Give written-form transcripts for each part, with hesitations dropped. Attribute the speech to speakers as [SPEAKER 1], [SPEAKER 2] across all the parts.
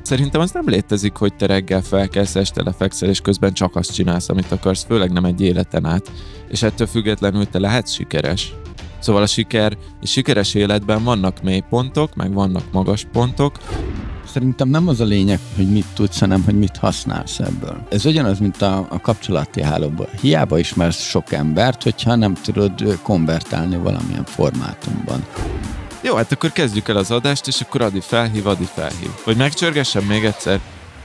[SPEAKER 1] szerintem az nem létezik, hogy te reggel felkelsz, este lefekszel, és közben csak azt csinálsz, amit akarsz, főleg nem egy életen át. És ettől függetlenül te lehetsz sikeres. Szóval a sikeres életben vannak mélypontok, meg vannak magas pontok.
[SPEAKER 2] Szerintem nem az a lényeg, hogy mit tudsz, hanem hogy mit használsz ebből. Ez ugyanaz, mint a kapcsolati hálóban. Hiába ismersz sok embert, hogyha nem tudod konvertálni valamilyen formátumban.
[SPEAKER 1] Jó, hát akkor kezdjük el az adást, és akkor Adi felhív. Vagy megcsörgessem még egyszer?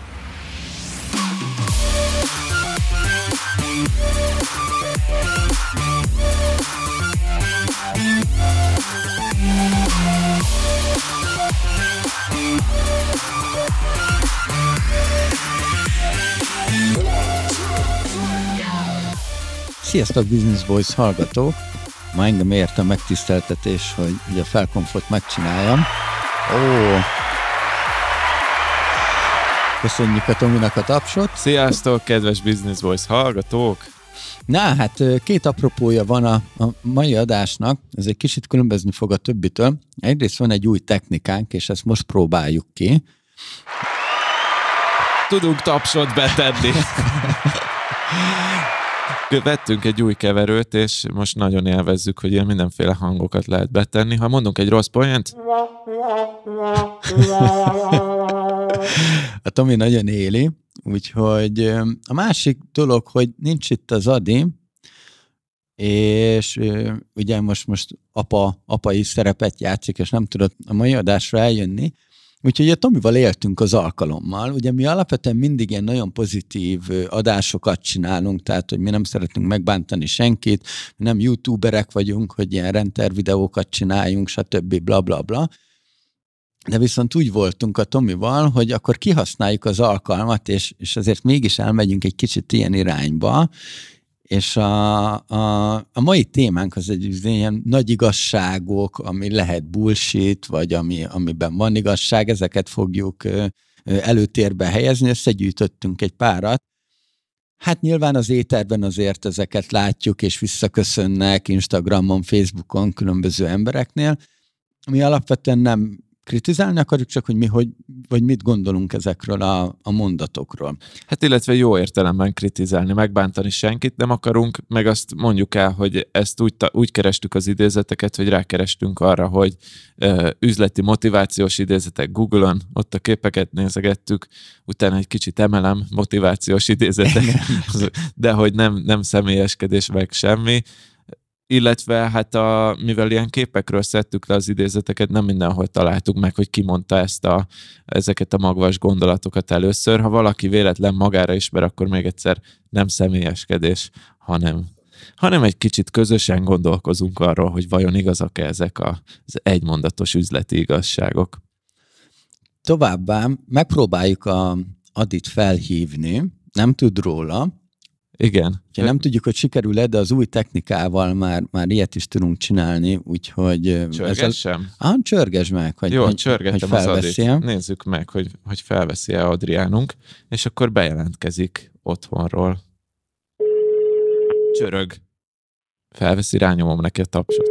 [SPEAKER 2] Sziasztok, Business Boys hallgatók! Ma engem ért a megtiszteltetés, hogy a Felkonfot megcsináljam. Köszönjük a Tominak a tapsot.
[SPEAKER 1] Sziasztok, kedves Business Boys hallgatók!
[SPEAKER 2] Na, hát két apropója van a mai adásnak, ez egy kicsit különbözni fog a többitől. Egyrészt van egy új technikánk, és ezt most próbáljuk ki.
[SPEAKER 1] Tudunk tapsot betenni. Vettünk egy új keverőt, és most nagyon élvezzük, hogy ilyen mindenféle hangokat lehet betenni. Ha mondunk egy rossz poént...
[SPEAKER 2] A Tomi nagyon éli, úgyhogy a másik dolog, hogy nincs itt az Adi, és ugye most apai szerepet játszik, és nem tudott a mai adásra eljönni, úgyhogy a Tomival éltünk az alkalommal. Ugye mi alapvetően mindig ilyen nagyon pozitív adásokat csinálunk, tehát hogy mi nem szeretünk megbántani senkit, mi nem youtuberek vagyunk, hogy ilyen renter videókat csináljunk, stb. Bla bla bla. De viszont úgy voltunk a Tomival, hogy akkor kihasználjuk az alkalmat, és azért mégis elmegyünk egy kicsit ilyen irányba, és a mai témánk az egy ilyen nagy igazságok, ami lehet bullshit, vagy amiben van igazság, ezeket fogjuk előtérbe helyezni, összegyűjtöttünk egy párat. Hát nyilván az éterben azért ezeket látjuk, és visszaköszönnek Instagramon, Facebookon különböző embereknél, mi alapvetően nem kritizálni akarjuk, csak hogy vagy mit gondolunk ezekről a mondatokról.
[SPEAKER 1] Hát illetve jó értelemben kritizálni, megbántani senkit nem akarunk, meg azt mondjuk el, hogy ezt úgy kerestük az idézeteket, hogy rákerestünk arra, hogy üzleti motivációs idézetek Google-on, ott a képeket nézegettük, utána egy kicsit emelem motivációs idézetek, de hogy nem személyeskedés meg semmi. Illetve hát mivel ilyen képekről szedtük le az idézeteket, nem mindenhol találtuk meg, hogy ki mondta ezeket a magvas gondolatokat először. Ha valaki véletlen magára ismer, akkor még egyszer nem személyeskedés, hanem egy kicsit közösen gondolkozunk arról, hogy vajon igazak-e ezek az egymondatos üzleti igazságok.
[SPEAKER 2] Továbbá megpróbáljuk a Adit felhívni, nem tud róla.
[SPEAKER 1] Igen.
[SPEAKER 2] Nem tudjuk, hogy sikerül-e, de az új technikával már ilyet is tudunk csinálni, úgyhogy...
[SPEAKER 1] Csörgessem?
[SPEAKER 2] Csörgesd meg, hogy
[SPEAKER 1] csörgettem az Adit. Nézzük meg, hogy felveszi-e Adriánunk, és akkor bejelentkezik otthonról. Csörög. Felveszi, rányomom neki a tapsot.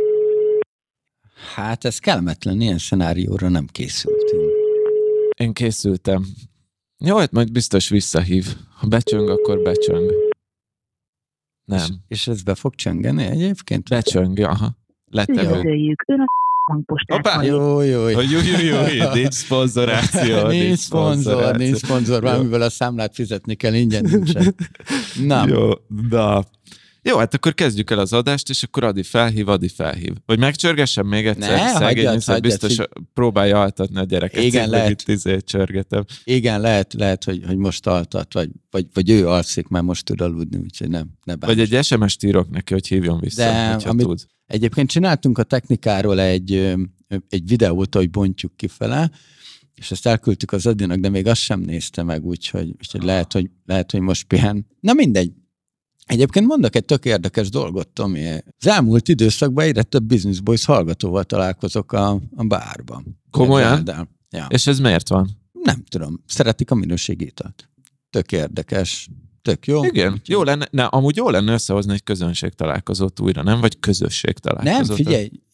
[SPEAKER 2] Hát ez kellemetlen, ilyen szenárióra nem készültünk.
[SPEAKER 1] Én készültem. Jó, hát majd biztos visszahív. Ha becsöng, akkor becsöng. Nem.
[SPEAKER 2] És ez be fog csöngeni egyébként?
[SPEAKER 1] Becsöng, aha.
[SPEAKER 3] Üdvözöljük, ön a hangpostát.
[SPEAKER 2] Jó.
[SPEAKER 1] Nincs szponzoráció.
[SPEAKER 2] Nincs szponzor, valamivel a számlát fizetni kell, ingyen nincsen. Na.
[SPEAKER 1] Jó, hát akkor kezdjük el az adást, és akkor Adi felhív. Vagy megcsörgessem még egyszer? Szegény, biztos próbálja altatni a gyereket.
[SPEAKER 2] Igen, lehet.
[SPEAKER 1] Itt csörgetem.
[SPEAKER 2] Igen, lehet, hogy most altat, vagy ő alszik, mert most tud aludni, úgyhogy ne bánts.
[SPEAKER 1] Vagy egy SMS-t írok neki, hogy hívjon vissza, hogyha tud.
[SPEAKER 2] Egyébként csináltunk a technikáról egy videót, hogy bontjuk kifele, és ezt elküldtük az Adinak, de még azt sem nézte meg, úgyhogy lehet, hogy most pihen. Na mindegy. Egyébként mondok egy tök érdekes dolgot, Tomi. Az elmúlt időszakban egyre több Business Boys hallgatóval találkozok a bárban.
[SPEAKER 1] Komolyan? Ja. És ez miért van?
[SPEAKER 2] Nem tudom. Szeretik a minőségitalt. Tök érdekes. Tök jó.
[SPEAKER 1] Igen. Amúgy jó lenne összehozni egy közönség találkozót újra, nem? Vagy közösség találkozót.
[SPEAKER 2] Nem, figyelj.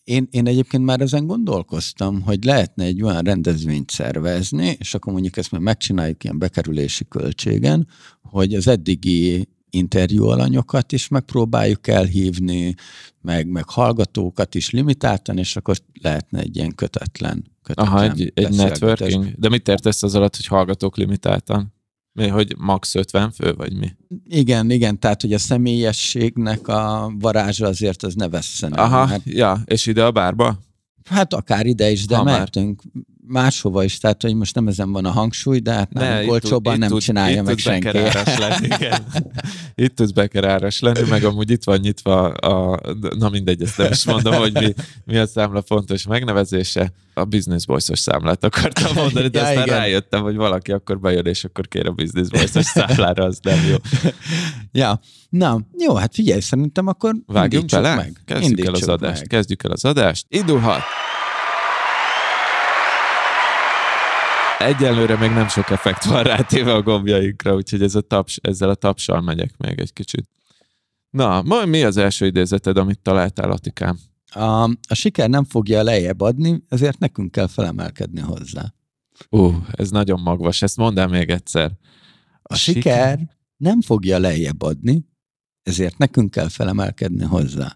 [SPEAKER 2] Én egyébként már ezen gondolkoztam, hogy lehetne egy olyan rendezvényt szervezni, és akkor mondjuk ezt már megcsináljuk ilyen bekerülési költségen, hogy az eddigi interjú alanyokat is megpróbáljuk elhívni, meg hallgatókat is limitáltan, és akkor lehetne egy ilyen kötetlen
[SPEAKER 1] Aha, egy networking. De mit értesz az alatt, hogy hallgatók limitáltan? Mi, hogy max 50 fő, vagy mi?
[SPEAKER 2] Igen, tehát hogy a személyességnek a varázsa azért az ne vesszen.
[SPEAKER 1] Aha, ja, és ide a bárba?
[SPEAKER 2] Hát akár ide is, de mehetünk máshova is, tehát hogy most nem ezen van a hangsúly, de hát nem olcsóban nem csinálja meg senki. Itt
[SPEAKER 1] tudsz bekeráras lenni, meg amúgy itt van nyitva na mindegy, ezt nem is mondom, hogy mi a számla fontos megnevezése. A Business Voice-os számlát akartam mondani, de aztán rájöttem, hogy valaki akkor bejön, és akkor kér a Business Voice-os számlára, az nem jó.
[SPEAKER 2] Ja, na, jó, hát figyelj, szerintem akkor
[SPEAKER 1] vágjunk bele? Meg. Kezdjük el az adást. Indulhat! Egyelőre még nem sok effekt van rátéve a gombjainkra, úgyhogy ezzel a tapssal megyek még egy kicsit. Na, mi az első idézeted, amit találtál, Atikám?
[SPEAKER 2] A siker nem fogja lejjebb adni, ezért nekünk kell felemelkedni hozzá.
[SPEAKER 1] Ez nagyon magvas, ezt mondd el még egyszer.
[SPEAKER 2] A siker nem fogja lejjebb adni, ezért nekünk kell felemelkedni hozzá.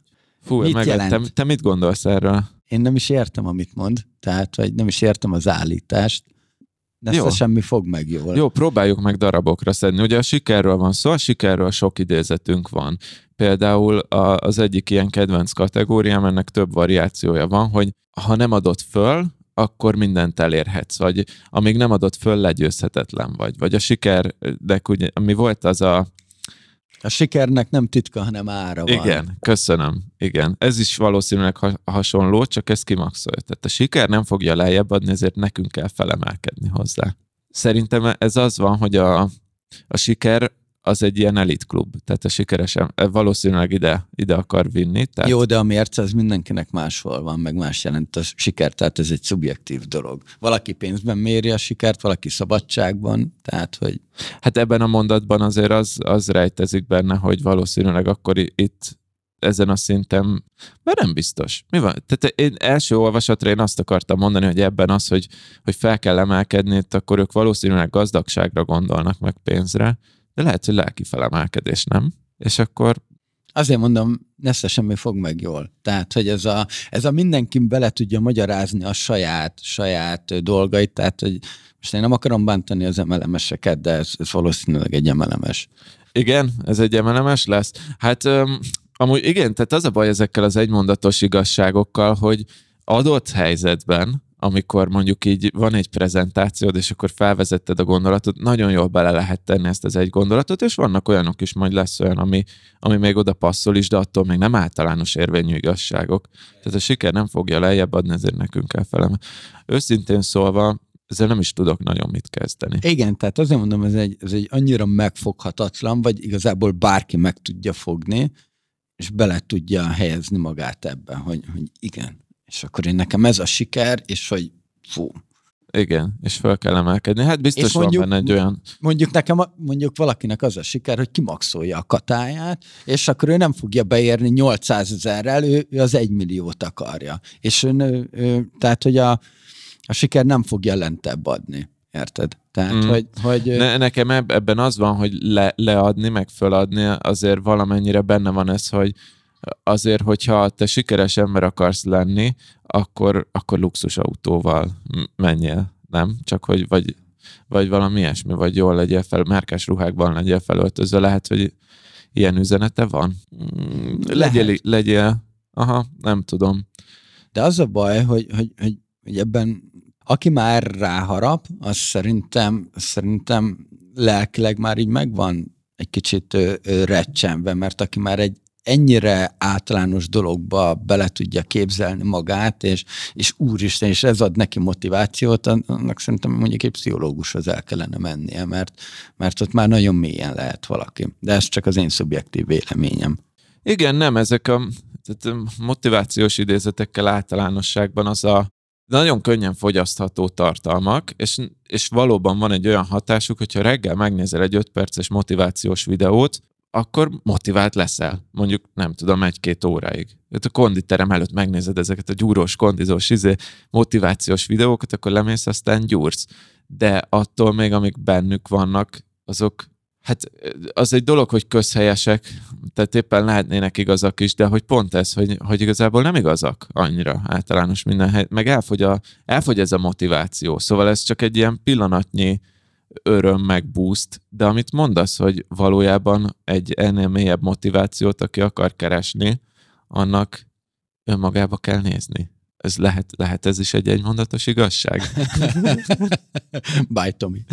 [SPEAKER 1] Te mit gondolsz erről?
[SPEAKER 2] Én nem is értem, amit mond, tehát vagy nem is értem az állítást. De semmi fog meg jól.
[SPEAKER 1] Jó, próbáljuk meg darabokra szedni. Ugye a sikerről van szó, a sikerről sok idézetünk van. Például az egyik ilyen kedvenc kategóriám, ennek több variációja van, hogy ha nem adod föl, akkor mindent elérhetsz, vagy amíg nem adod föl, legyőzhetetlen vagy. Vagy a sikernek ugye, ami volt az a
[SPEAKER 2] sikernek nem titka, hanem ára van.
[SPEAKER 1] Igen, köszönöm. Igen. Ez is valószínűleg hasonló, csak ez kimaxolja. Tehát a siker nem fogja lejjebb adni, ezért nekünk kell felemelkedni hozzá. Szerintem ez az van, hogy a siker az egy ilyen elitklub. Tehát a sikeres valószínűleg ide akar vinni. Tehát...
[SPEAKER 2] Jó, de a mérce az mindenkinek máshol van, meg más jelent a siker, tehát ez egy szubjektív dolog. Valaki pénzben méri a sikert, valaki szabadságban, tehát hogy...
[SPEAKER 1] Hát ebben a mondatban azért az rejtezik benne, hogy valószínűleg akkor itt ezen a szinten, mert nem biztos. Mi van? Tehát én első olvasatra én azt akartam mondani, hogy ebben az, hogy fel kell emelkedni, akkor ők valószínűleg gazdagságra gondolnak, meg pénzre, de lehet, hogy lelki felemelkedés, nem? És akkor...
[SPEAKER 2] Azért mondom, nesze semmi fog meg jól. Tehát, hogy ez a mindenki bele tudja magyarázni a saját dolgait, tehát, hogy most én nem akarom bántani az MLM-eseket, de ez valószínűleg egy MLM-es.
[SPEAKER 1] Igen, ez egy MLM-es lesz. Hát amúgy igen, tehát az a baj ezekkel az egymondatos igazságokkal, hogy adott helyzetben, amikor mondjuk így van egy prezentációd, és akkor felvezetted a gondolatot, nagyon jól bele lehet tenni ezt az egy gondolatot, és vannak olyanok is, majd lesz olyan, ami még oda passzol is, de attól még nem általános érvényű igazságok. Tehát a siker nem fogja lejjebb adni, ezért nekünk kell felemelni. Őszintén szólva, ezzel nem is tudok nagyon mit kezdeni.
[SPEAKER 2] Igen, tehát azért mondom, ez egy annyira megfoghatatlan, vagy igazából bárki meg tudja fogni, és bele tudja helyezni magát ebben, hogy igen. És akkor nekem ez a siker, és hogy fú.
[SPEAKER 1] Igen, és fel kell emelkedni. Hát biztos van benne egy olyan...
[SPEAKER 2] Mondjuk valakinek az a siker, hogy kimaxolja a katáját, és akkor ő nem fogja beérni 800 000-rel, ő az 1 milliót akarja. És tehát, hogy a siker nem fogja lentebb adni. Érted? Tehát, hogy...
[SPEAKER 1] Nekem ebben az van, hogy leadni, meg föladni, azért valamennyire benne van ez, hogy azért, hogyha te sikeres ember akarsz lenni, akkor luxusautóval menjél, nem? Csak hogy vagy valami ilyesmi, vagy jól legyél márkás ruhákban legyél felöltözve. Lehet, hogy ilyen üzenete van? Legyél, nem tudom.
[SPEAKER 2] De az a baj, hogy ebben aki már ráharap, az szerintem lelkileg már így megvan egy kicsit recsenve, mert aki már egy ennyire általános dologba bele tudja képzelni magát, és úristen, és ez ad neki motivációt, annak szerintem mondjuk egy pszichológushoz el kellene mennie, mert ott már nagyon mélyen lehet valaki. De ez csak az én szubjektív véleményem.
[SPEAKER 1] Igen, nem, ezek a motivációs idézetekkel általánosságban az a nagyon könnyen fogyasztható tartalmak, és valóban van egy olyan hatásuk, hogyha reggel megnézel egy 5 perces motivációs videót, akkor motivált leszel. Mondjuk, nem tudom, 1-2 óráig. A konditerem előtt megnézed ezeket a gyúrós, kondizós, motivációs videókat, akkor lemész, aztán gyúrsz. De attól még, amik bennük vannak, azok, hát az egy dolog, hogy közhelyesek, tehát éppen lehetnének igazak is, de hogy pont ez, hogy igazából nem igazak annyira általános minden hely, meg elfogy ez a motiváció. Szóval ez csak egy ilyen pillanatnyi öröm meg boost, de amit mondasz, hogy valójában egy ennél mélyebb motivációt, aki akar keresni, annak önmagába kell nézni. Ez lehet ez is egy egymondatos igazság?
[SPEAKER 2] Bye, Tomi.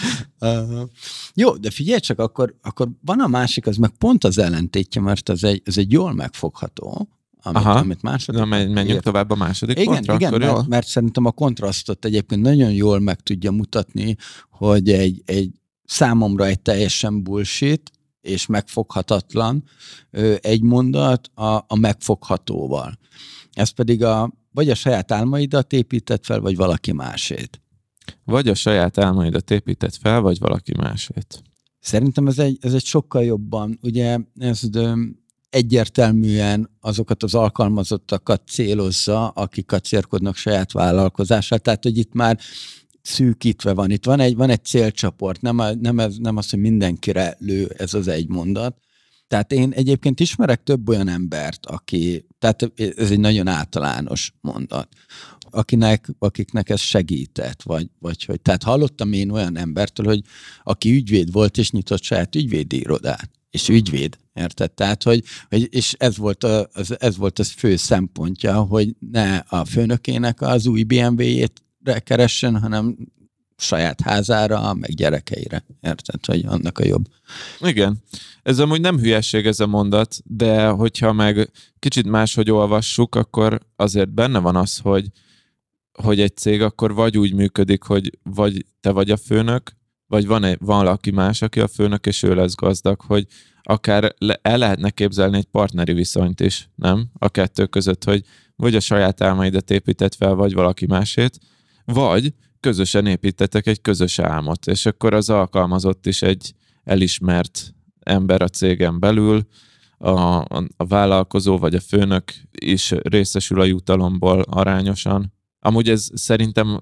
[SPEAKER 2] Jó, de figyelj csak, akkor van a másik, az meg pont az ellentétje, mert ez egy jól megfogható, amit második.
[SPEAKER 1] Menjünk tovább a második pontra?
[SPEAKER 2] Igen, mert szerintem a kontrasztot egyébként nagyon jól meg tudja mutatni, hogy egy számomra egy teljesen bullshit és megfoghatatlan egy mondat a megfoghatóval. Ez pedig vagy a saját álmaidat épített fel, vagy valaki másét.
[SPEAKER 1] Vagy a saját álmaidat épített fel, vagy valaki másét.
[SPEAKER 2] Szerintem ez egy sokkal jobban, ugye ez egyértelműen azokat az alkalmazottakat célozza, akik kacérkodnak saját vállalkozását. Tehát, hogy itt már szűkítve van. Itt van egy célcsoport, nem az, hogy mindenkire lő ez az egy mondat. Tehát én egyébként ismerek több olyan embert, tehát ez egy nagyon általános mondat, akiknek ez segített, vagy hogy, tehát hallottam én olyan embertől, hogy aki ügyvéd volt, és nyitott saját ügyvédi irodát, és ügyvéd, érted? Tehát, és ez volt az fő szempontja, hogy ne a főnökének az új BMW-jét keressen, hanem saját házára, meg gyerekeire. Érted, hogy annak a jobb.
[SPEAKER 1] Igen. Ez amúgy nem hülyeség ez a mondat, de hogyha meg kicsit máshogy olvassuk, akkor azért benne van az, hogy egy cég akkor vagy úgy működik, hogy vagy te vagy a főnök, vagy van valaki más, aki a főnök, és ő lesz gazdag, hogy akár el lehetne képzelni egy partneri viszonyt is, nem? A kettő között, hogy vagy a saját álmaidat épített fel, vagy valaki másét, vagy közösen építetek egy közös álmot, és akkor az alkalmazott is egy elismert ember a cégen belül, a vállalkozó vagy a főnök is részesül a jutalomból arányosan. Amúgy ez szerintem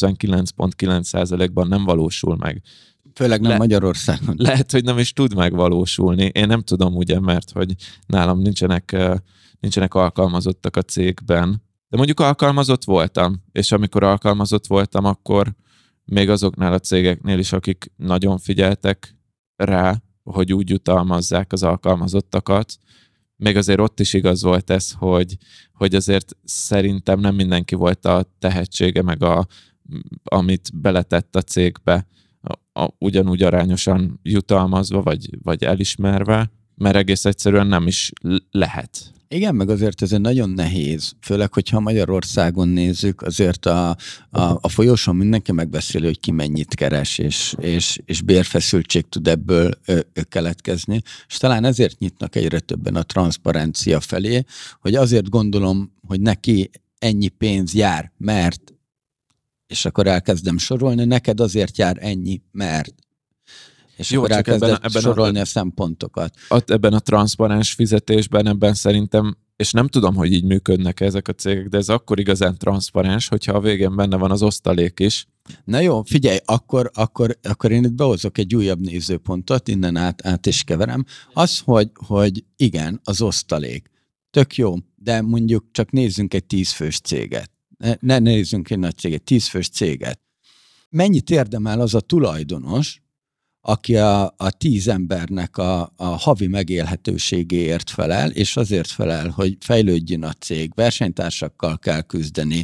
[SPEAKER 1] 99,9%-ban nem valósul meg.
[SPEAKER 2] Főleg nem Magyarországon.
[SPEAKER 1] Lehet, hogy nem is tud megvalósulni. Én nem tudom ugye, mert hogy nálam nincsenek alkalmazottak a cégben. De mondjuk alkalmazott voltam, és amikor alkalmazott voltam, akkor még azoknál a cégeknél is, akik nagyon figyeltek rá, hogy úgy jutalmazzák az alkalmazottakat, még azért ott is igaz volt ez, hogy azért szerintem nem mindenki volt a tehetsége, meg amit beletett a cégbe, ugyanúgy arányosan jutalmazva, vagy elismerve, mert egész egyszerűen nem is lehet.
[SPEAKER 2] Igen, meg azért ez nagyon nehéz, főleg, hogyha Magyarországon nézzük, azért a folyosón mindenki megbeszéli, hogy ki mennyit keres, és bérfeszültség tud ebből keletkezni, és talán ezért nyitnak egyre többen a transzparencia felé, hogy azért gondolom, hogy neki ennyi pénz jár, mert, és akkor elkezdem sorolni, neked azért jár ennyi, mert. És jó, akkor elkezdett sorolni a szempontokat.
[SPEAKER 1] Ebben a transzparens fizetésben, ebben szerintem, és nem tudom, hogy így működnek ezek a cégek, de ez akkor igazán transzparens, hogyha a végén benne van az osztalék is.
[SPEAKER 2] Na jó, figyelj, akkor én itt behozok egy újabb nézőpontot, innen át is keverem. Az, hogy igen, az osztalék. Tök jó, de mondjuk csak nézzünk egy 10 fős céget. Ne nézzünk egy nagy céget, 10 fős céget. Mennyit érdemel az a tulajdonos, aki a 10 embernek a havi megélhetőségéért felel, és azért felel, hogy fejlődjön a cég, versenytársakkal kell küzdeni,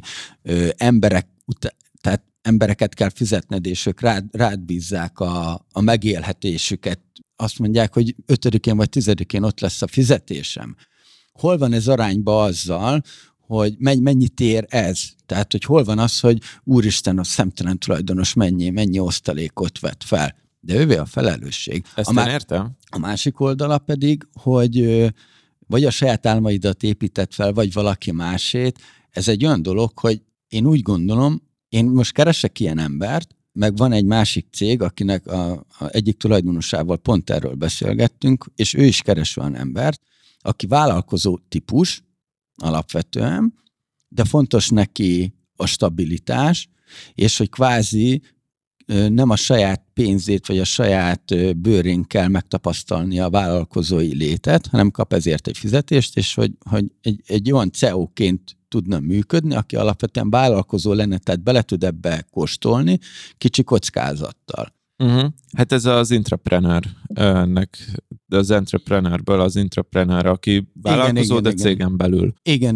[SPEAKER 2] tehát embereket kell fizetned, és ők rád bízzák a megélhetésüket. Azt mondják, hogy 5-én vagy 10-én ott lesz a fizetésem. Hol van ez arányba azzal, hogy mennyit ér ez? Tehát, hogy hol van az, hogy úristen, a szemtelen tulajdonos mennyi osztalékot vett fel? De ővé a felelősség.
[SPEAKER 1] Ezt én értem.
[SPEAKER 2] A másik oldala pedig, hogy vagy a saját álmaidat épített fel, vagy valaki másét. Ez egy olyan dolog, hogy én úgy gondolom, én most keresek ilyen embert, meg van egy másik cég, akinek a egyik tulajdonosával pont erről beszélgettünk, és ő is keres olyan embert, aki vállalkozó típus alapvetően, de fontos neki a stabilitás, és hogy kvázi nem a saját pénzét, vagy a saját bőrén kell megtapasztalni a vállalkozói létet, hanem kap ezért egy fizetést, és hogy egy olyan CEO-ként tudna működni, aki alapvetően vállalkozó lenne, tehát bele tud ebbe kóstolni, kicsi kockázattal.
[SPEAKER 1] Hát ez az intrapreneur-nek, de az entrepreneurből az intrapreneur, aki vállalkozó, de cégen belül.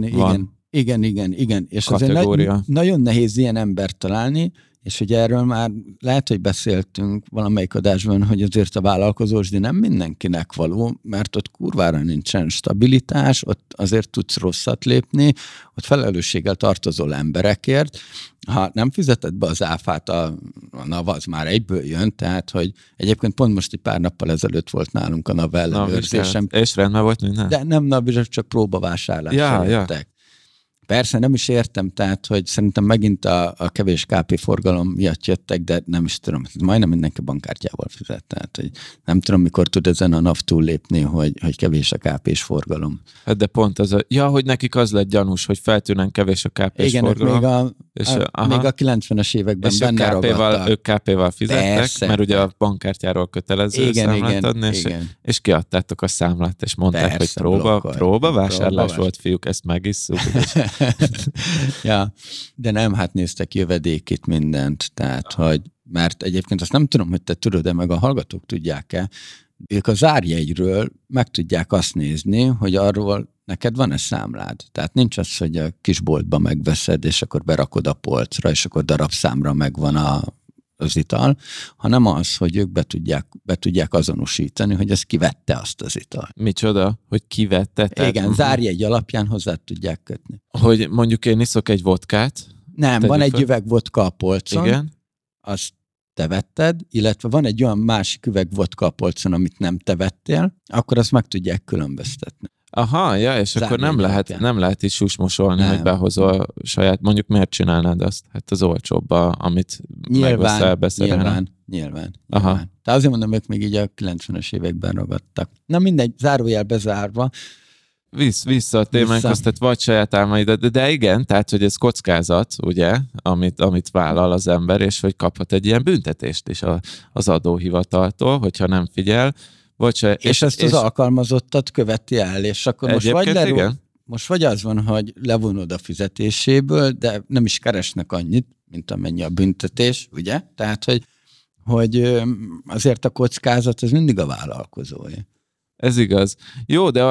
[SPEAKER 2] Igen. És azért nagyon nehéz ilyen embert találni, és ugye erről már lehet, hogy beszéltünk valamelyik adásban, hogy azért a vállalkozósdi nem mindenkinek való, mert ott kurvára nincsen stabilitás, ott azért tudsz rosszat lépni, ott felelősséggel tartozol emberekért. Ha nem fizeted be az áfát, a NAV az már egyből jön, tehát, hogy egyébként pont most egy pár nappal ezelőtt volt nálunk a NAV ellenőrzésem.
[SPEAKER 1] És rendben volt minden?
[SPEAKER 2] De nem NAV, csak próbavásárlásra jöttek. Persze, nem is értem, tehát, hogy szerintem megint a kevés KP forgalom miatt jöttek, de nem is tudom, majdnem mindenki bankkártyával fizet, tehát, hogy nem tudom, mikor tud ezen a NAV túllépni, hogy kevés a KP-s forgalom.
[SPEAKER 1] Hát de pont az hogy nekik az lett gyanús, hogy feltűnően kevés a KP-s forgalom.
[SPEAKER 2] Még a 90-es években benne ragadtak.
[SPEAKER 1] Ők KP-val fizettek, persze, mert ugye a bankkártyáról kötelező számlát adni, és kiadtátok a számlát, és mondták, persze, hogy próbavásárlás volt, fiúk, ezt megisszuk.
[SPEAKER 2] Ja, de nem, hát néztek jövedékét mindent, tehát, hogy, mert egyébként azt nem tudom, hogy te tudod, de meg a hallgatók tudják-e, ők az árjegyről meg tudják azt nézni, hogy arról neked van-e számlád. Tehát nincs az, hogy a kisboltba megveszed, és akkor berakod a polcra, és akkor darabszámra megvan az ital, hanem az, hogy ők be tudják azonosítani, hogy ez kivette azt az italt.
[SPEAKER 1] Micsoda? Hogy kivette?
[SPEAKER 2] Igen, zárjegy alapján hozzá tudják kötni.
[SPEAKER 1] Hogy mondjuk én iszok egy vodkát?
[SPEAKER 2] Nem, van egy üveg vodka a polcon. Igen. Azt te vetted, illetve van egy olyan másik üveg vodka a polcon, amit nem te vettél, akkor azt meg tudják különböztetni.
[SPEAKER 1] Aha, ja, és akkor nem lehet is susmosolni, hogy behozol saját, mondjuk miért csinálnád azt? Hát az olcsóbb, amit megveszel beszerelni.
[SPEAKER 2] Nyilván. Tehát azért mondom, ők még így a 90-es években ragadtak. Na mindegy, zárójel bezárva.
[SPEAKER 1] Vissza a témánkhoz, tehát vagy saját álmaid, de igen, tehát, hogy ez kockázat, ugye, amit vállal az ember, és hogy kaphat egy ilyen büntetést is az adóhivataltól, hogyha nem figyel.
[SPEAKER 2] És ezt az alkalmazottat követi el, és akkor most vagy az van, hogy levonod a fizetéséből, de nem is keresnek annyit, mint amennyi a büntetés, ugye? Tehát, hogy azért a kockázat, ez mindig a vállalkozói.
[SPEAKER 1] Ez igaz. Jó, de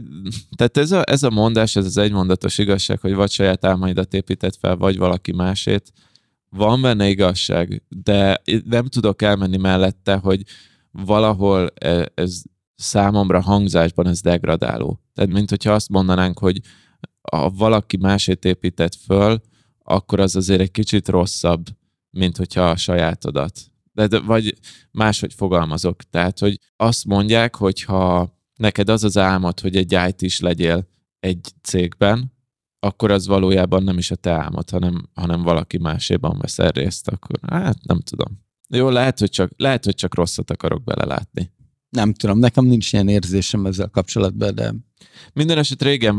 [SPEAKER 1] tehát ez a mondás, ez az egymondatos igazság, hogy vagy saját álmaidat épített fel, vagy valaki másét. Van benne igazság, de nem tudok elmenni mellette, hogy valahol ez számomra hangzásban ez degradáló. Tehát mint hogyha azt mondanánk, hogy ha valaki másét épített föl, akkor az azért egy kicsit rosszabb, mint hogyha a sajátodat. De vagy máshogy fogalmazok. Tehát, hogy azt mondják, hogy ha neked az az álmod, hogy egy IT-s legyél egy cégben, akkor az valójában nem is a te álmod, hanem valaki máséban veszel részt, akkor hát nem tudom. Jó, lehet, hogy csak rosszat akarok belelátni.
[SPEAKER 2] Nem tudom, nekem nincs ilyen érzésem ezzel kapcsolatban, de...
[SPEAKER 1] Minden esetre régen,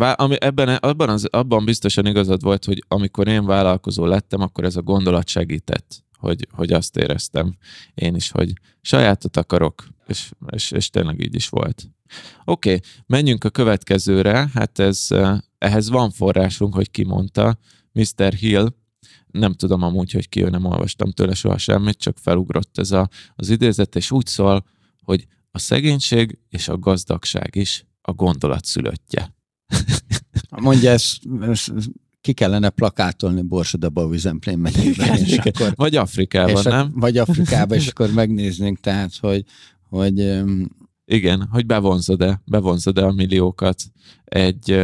[SPEAKER 1] abban biztosan igazad volt, hogy amikor én vállalkozó lettem, akkor ez a gondolat segített, hogy azt éreztem én is, hogy sajátot akarok, és tényleg így is volt. Oké, menjünk a következőre, hát ehhez van forrásunk, hogy ki mondta, Mr. Hill. Nem tudom amúgy, hogy ki ő, nem olvastam tőle soha semmit, csak felugrott ez az idézet, és úgy szól, hogy a szegénység és a gazdagság is a gondolat szülöttje.
[SPEAKER 2] Mondja, ezt ki kellene plakátolni Borsod-Abaúj Zemplén megyében.
[SPEAKER 1] Vagy Afrikában, nem?
[SPEAKER 2] Vagy Afrikában, és akkor megnéznénk, tehát, hogy
[SPEAKER 1] igen, hogy bevonzod-e a milliókat egy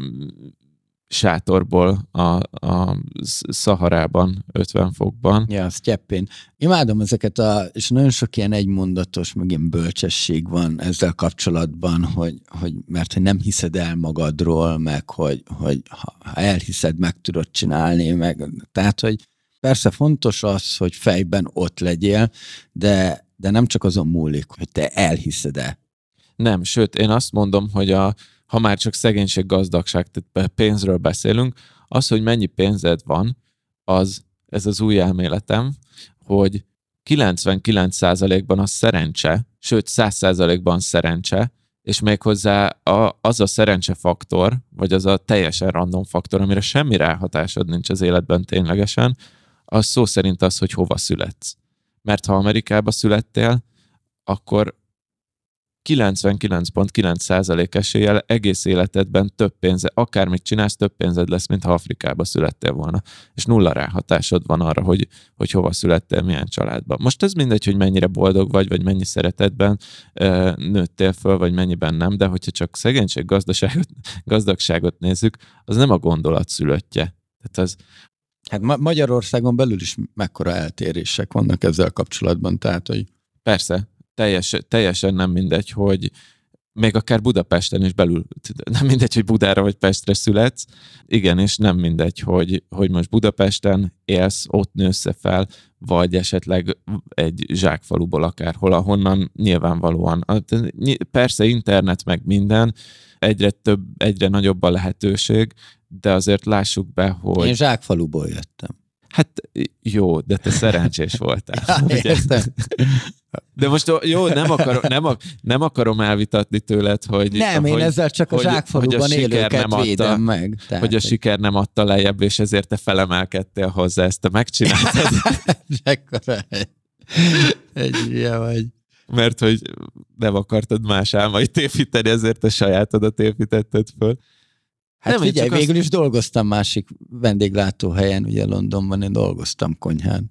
[SPEAKER 1] sátorból a Szaharában, 50 fokban.
[SPEAKER 2] Ja, sztyeppén. Imádom ezeket és nagyon sok ilyen egymondatos, meg ilyen bölcsesség van ezzel kapcsolatban, mert hogy nem hiszed el magadról, meg hogy ha elhiszed, meg tudod csinálni, meg tehát, hogy Persze fontos az, hogy fejben ott legyél, de nem csak azon múlik, hogy te elhiszed-e.
[SPEAKER 1] Nem, sőt, én azt mondom, hogy ha már csak szegénység, gazdagság, tehát pénzről beszélünk, az, hogy mennyi pénzed van, ez az új elméletem, hogy 99%-ban az szerencse, sőt 100%-ban szerencse, és méghozzá az a szerencsefaktor, vagy az a teljesen random faktor, amire semmi ráhatásod nincs az életben ténylegesen, az szó szerint az, hogy hova születsz. Mert ha Amerikába születtél, akkor 99,9% eséllyel egész életedben több pénze, akármit csinálsz, több pénzed lesz, mint ha Afrikába születtél volna. És nulla ráhatásod van arra, hogy hova születtél, milyen családban. Most ez mindegy, hogy mennyire boldog vagy mennyi szeretetben nőttél föl, vagy mennyiben nem, de hogyha csak szegénység, gazdagságot nézzük, az nem a gondolat szülöttje. Tehát
[SPEAKER 2] Hát Magyarországon belül is mekkora eltérések vannak ezzel kapcsolatban, tehát, hogy...
[SPEAKER 1] Persze. Teljesen nem mindegy, hogy még akár Budapesten is belül, nem mindegy, hogy Budára vagy Pestre születsz, igen, és nem mindegy, hogy most Budapesten élsz, ott nősz fel, vagy esetleg egy zsákfaluból akárhol, ahonnan nyilvánvalóan. Persze internet meg minden, egyre nagyobb a lehetőség, de azért lássuk be, hogy...
[SPEAKER 2] Én zsákfaluból jöttem.
[SPEAKER 1] Hát jó, de te szerencsés voltál. De most jó, nem akarom elvitatni tőled, hogy...
[SPEAKER 2] Nem, én ezzel csak a zsákfaluban élőket védem meg.
[SPEAKER 1] Tehát, hogy a siker nem adta lejjebb, és ezért te felemelkedtél hozzá, ezt te megcsináltad.
[SPEAKER 2] Ekkora egy ilyen vagy.
[SPEAKER 1] Mert hogy nem akartad más álmait építeni, ezért a sajátodat építetted föl.
[SPEAKER 2] Hát nem, figyelj, végül is dolgoztam másik vendéglátóhelyen, ugye Londonban én dolgoztam konyhán.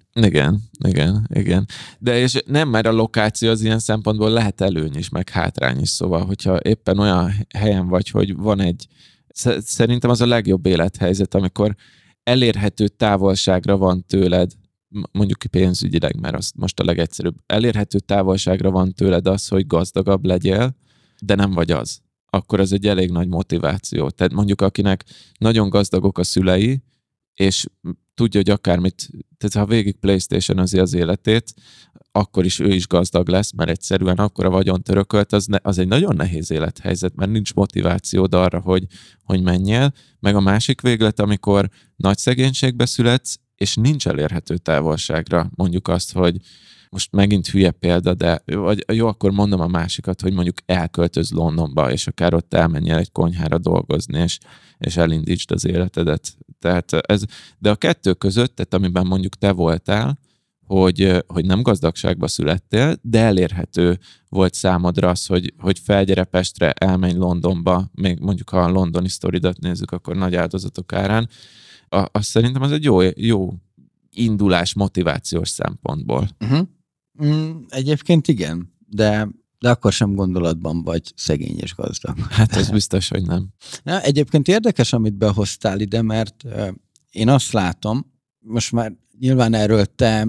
[SPEAKER 1] Igen. De és nem, mert a lokáció az ilyen szempontból lehet előny is, meg hátrány is, szóval, hogyha éppen olyan helyen vagy, hogy van egy, szerintem az a legjobb élethelyzet, amikor elérhető távolságra van tőled, mondjuk pénzügyileg, mert az most a legegyszerűbb, elérhető távolságra van tőled az, hogy gazdagabb legyél, de nem vagy az. Akkor ez egy elég nagy motiváció. Tehát mondjuk akinek nagyon gazdagok a szülei, és tudja, hogy akármit, tehát ha végig PlayStation-özi az életét, akkor is ő is gazdag lesz, mert egyszerűen akkora vagyont örökölt, az egy nagyon nehéz élethelyzet, mert nincs motivációd arra, hogy menjél. Meg a másik véglet, amikor nagy szegénységbe születsz, és nincs elérhető távolságra. Mondjuk azt, hogy most megint hülye példa, de jó, akkor mondom a másikat, hogy mondjuk elköltöz Londonba, és akár ott elmenjél egy konyhára dolgozni, és elindítsd az életedet. Tehát de a kettő között, tehát amiben mondjuk te voltál, hogy nem gazdagságba születtél, de elérhető volt számodra az, hogy felgyere Pestre, elmenj Londonba, még mondjuk ha a londoni sztoridat nézzük, akkor nagy áldozatok árán. Azt szerintem az egy jó indulás motivációs szempontból.
[SPEAKER 2] Uh-huh. Egyébként igen, de akkor sem gondolatban vagy szegény és gazdag.
[SPEAKER 1] Hát ez biztos, hogy nem.
[SPEAKER 2] Na, egyébként érdekes, amit behoztál ide, mert én azt látom, most már nyilván erről te,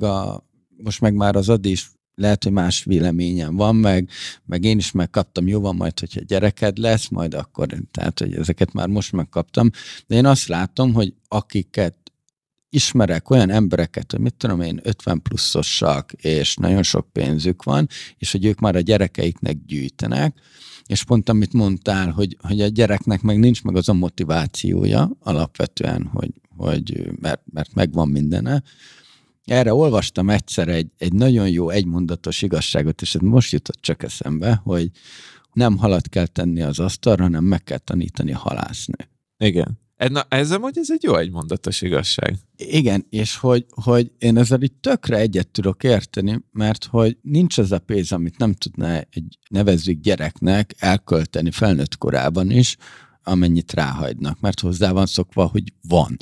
[SPEAKER 2] most meg már az Adi is lehet, hogy más véleményem van, meg én is megkaptam, jó van majd, hogyha gyereked lesz, majd akkor, tehát, hogy ezeket már most megkaptam, de én azt látom, hogy akiket ismerek olyan embereket, hogy mit tudom én, 50 pluszosak, és nagyon sok pénzük van, és hogy ők már a gyerekeiknek gyűjtenek, és pont amit mondtál, hogy a gyereknek meg nincs meg az a motivációja alapvetően, hogy mert megvan mindene. Erre olvastam egyszer egy nagyon jó egymondatos igazságot, és ez most jutott csak eszembe, hogy nem halat kell tenni az asztalra, hanem meg kell tanítani halászni.
[SPEAKER 1] Igen. Ez egy jó egymondatos igazság.
[SPEAKER 2] Igen, és hogy én ezzel így tökre egyet tudok érteni, mert hogy nincs az a pénz, amit nem tudná egy nevezzük gyereknek elkölteni felnőtt korában is, amennyit ráhagynak, mert hozzá van szokva, hogy van.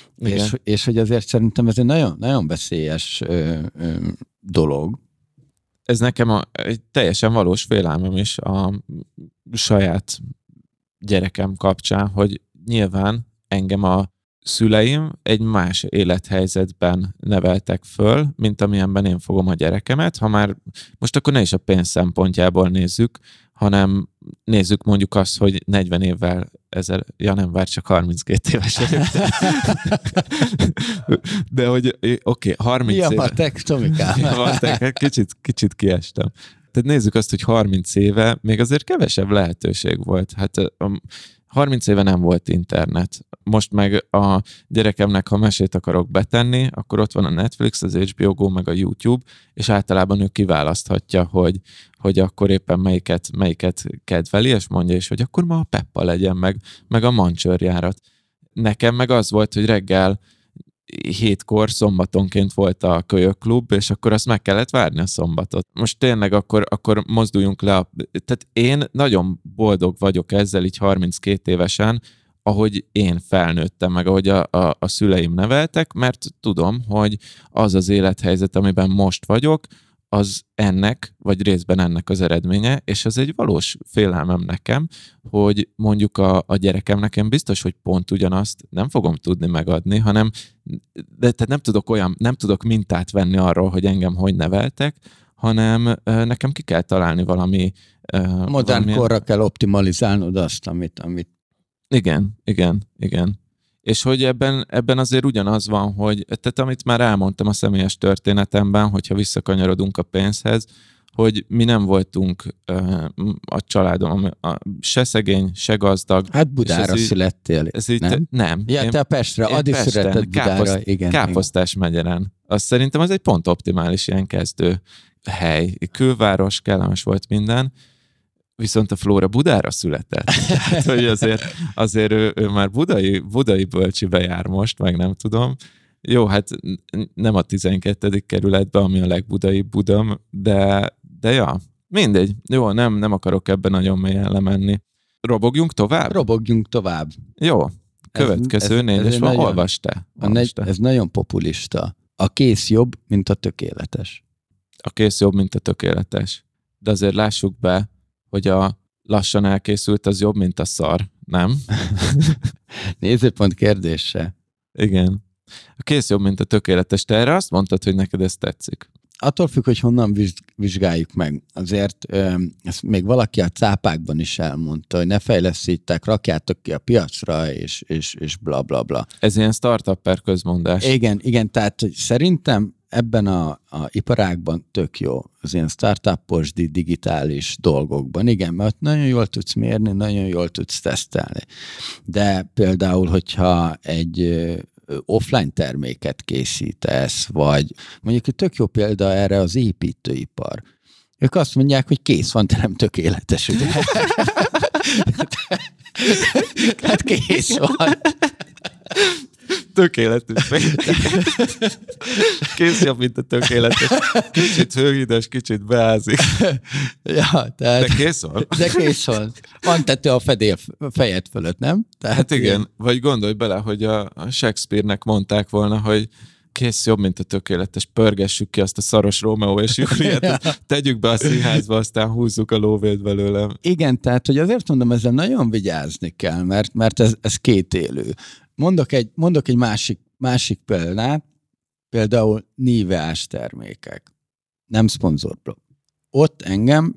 [SPEAKER 2] És hogy azért szerintem ez egy nagyon, nagyon veszélyes dolog.
[SPEAKER 1] Ez nekem egy teljesen valós félelmem is a saját gyerekem kapcsán, hogy nyilván engem a szüleim egy más élethelyzetben neveltek föl, mint amilyenben én fogom a gyerekemet, ha már most akkor ne is a pénz szempontjából nézzük, hanem nézzük mondjuk azt, hogy 40 évvel csak 32 éves vagyok. De hogy oké, 30 éve.
[SPEAKER 2] Mi a matek, Tomikám?
[SPEAKER 1] Kicsit kiestem. Tehát nézzük azt, hogy 30 éve még azért kevesebb lehetőség volt. Hát 30 éve nem volt internet. Most meg a gyerekemnek, ha mesét akarok betenni, akkor ott van a Netflix, az HBO Go, meg a YouTube, és általában ő kiválaszthatja, hogy akkor éppen melyiket kedveli, és mondja is, hogy akkor ma a Peppa legyen, meg a mancsőrjárat. Nekem meg az volt, hogy reggel 7-kor szombatonként volt a kölyökklub, és akkor azt meg kellett várni a szombatot. Most tényleg akkor mozduljunk le. Tehát én nagyon boldog vagyok ezzel így 32 évesen, ahogy én felnőttem, meg ahogy a szüleim neveltek, mert tudom, hogy az az élethelyzet, amiben most vagyok, az ennek, vagy részben ennek az eredménye, és ez egy valós félelmem nekem, hogy mondjuk a gyerekemnek én biztos, hogy pont ugyanazt nem fogom tudni megadni, hanem tehát nem tudok mintát venni arról, hogy engem hogy neveltek, hanem nekem ki kell találni valami...
[SPEAKER 2] Modern korra kell optimalizálnod azt, amit...
[SPEAKER 1] Igen. És hogy ebben azért ugyanaz van, hogy tehát amit már elmondtam a személyes történetemben, hogyha visszakanyarodunk a pénzhez, hogy mi nem voltunk a családom se szegény, se gazdag.
[SPEAKER 2] Hát Budára születtél,
[SPEAKER 1] nem?
[SPEAKER 2] Ja, te Pestre, addig született Budára. Igen,
[SPEAKER 1] Káposztás megyeren. Azt szerintem az egy pont optimális ilyen kezdő hely. Külváros, kellemes volt minden, viszont a Flóra Budára született. Tehát, hogy azért ő már budai bölcsibe jár most, meg nem tudom. Jó, hát nem a 12. kerületben, ami a legbudaibb Budam, de ja, mindegy. Jó, nem akarok ebben nagyon mélyen lemenni. Robogjunk tovább?
[SPEAKER 2] Robogjunk tovább.
[SPEAKER 1] Jó, következő négyes van, olvasd te.
[SPEAKER 2] Ez nagyon populista. A kész jobb, mint a tökéletes.
[SPEAKER 1] A kész jobb, mint a tökéletes. De azért lássuk be, hogy a lassan elkészült az jobb, mint a szar, nem?
[SPEAKER 2] Nézőpont kérdése.
[SPEAKER 1] Igen. A kész jobb, mint a tökéletes. Te erre azt mondtad, hogy neked ez tetszik.
[SPEAKER 2] Attól függ, hogy honnan vizsgáljuk meg. Azért ezt még valaki a cápákban is elmondta, hogy ne fejleszítek, rakjátok ki a piacra, és bla bla bla.
[SPEAKER 1] Ez ilyen startup közmondás.
[SPEAKER 2] Igen, tehát szerintem ebben a iparágban tök jó, az ilyen startupos, digitális dolgokban. Igen, mert nagyon jól tudsz mérni, nagyon jól tudsz tesztelni. De például, hogyha egy offline terméket készítesz, vagy mondjuk egy tök jó példa erre az építőipar. Ők azt mondják, hogy kész van, de nem tökéletes. Ugye? Hát kész van.
[SPEAKER 1] Tökéletes. Kész jobb, mint a tökéletes. Kicsit hőhides, kicsit beázik.
[SPEAKER 2] Ja, tehát,
[SPEAKER 1] de kész van.
[SPEAKER 2] De kész van. Van tető a fejed fölött, nem? Tehát
[SPEAKER 1] hát igen, vagy gondolj bele, hogy a Shakespeare-nek mondták volna, hogy kész jobb, mint a tökéletes, pörgessük ki azt a szaros Rómeó és Júliát, tegyük be a színházba, aztán húzzuk a lóvét belőlem.
[SPEAKER 2] Igen, tehát, hogy azért mondom, ezzel nagyon vigyázni kell, mert ez kétélő. Mondok egy másik példát, például Niveás termékek. Nem szponzorblog. Ott engem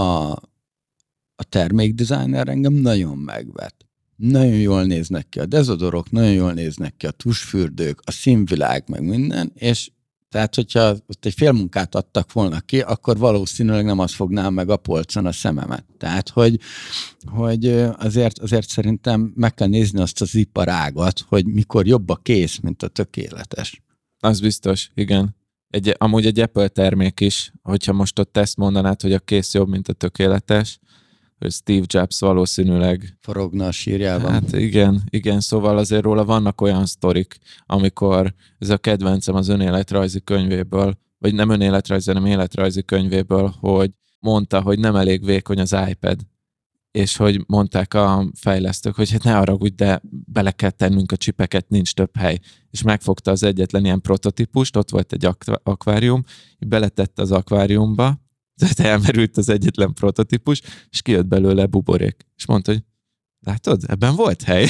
[SPEAKER 2] a termékdesigner engem nagyon megvet. Nagyon jól néznek ki a dezodorok, nagyon jól néznek ki a tusfürdők, a színvilág, meg minden, és tehát, hogyha ott egy fél munkát adtak volna ki, akkor valószínűleg nem azt fognám meg a polcon a szememet. Tehát, hogy azért szerintem meg kell nézni azt az iparágat, hogy mikor jobb a kész, mint a tökéletes.
[SPEAKER 1] Az biztos, igen. Amúgy egy Apple termék is, hogyha most ott ezt mondanád, hogy a kész jobb, mint a tökéletes, hogy Steve Jobs valószínűleg...
[SPEAKER 2] forogna a sírjában.
[SPEAKER 1] Hát igen, szóval azért róla vannak olyan sztorik, amikor ez a kedvencem az önéletrajzi könyvéből, vagy nem önéletrajzi, hanem életrajzi könyvéből, hogy mondta, hogy nem elég vékony az iPad, és hogy mondták a fejlesztők, hogy hát ne haragudj, de bele kell tennünk a csipeket, nincs több hely. És megfogta az egyetlen ilyen prototípust, ott volt egy akvárium, beletette az akváriumba, tehát elmerült az egyetlen prototípus, és kijött belőle buborék. És mondta, hogy Látod? Ebben volt hely.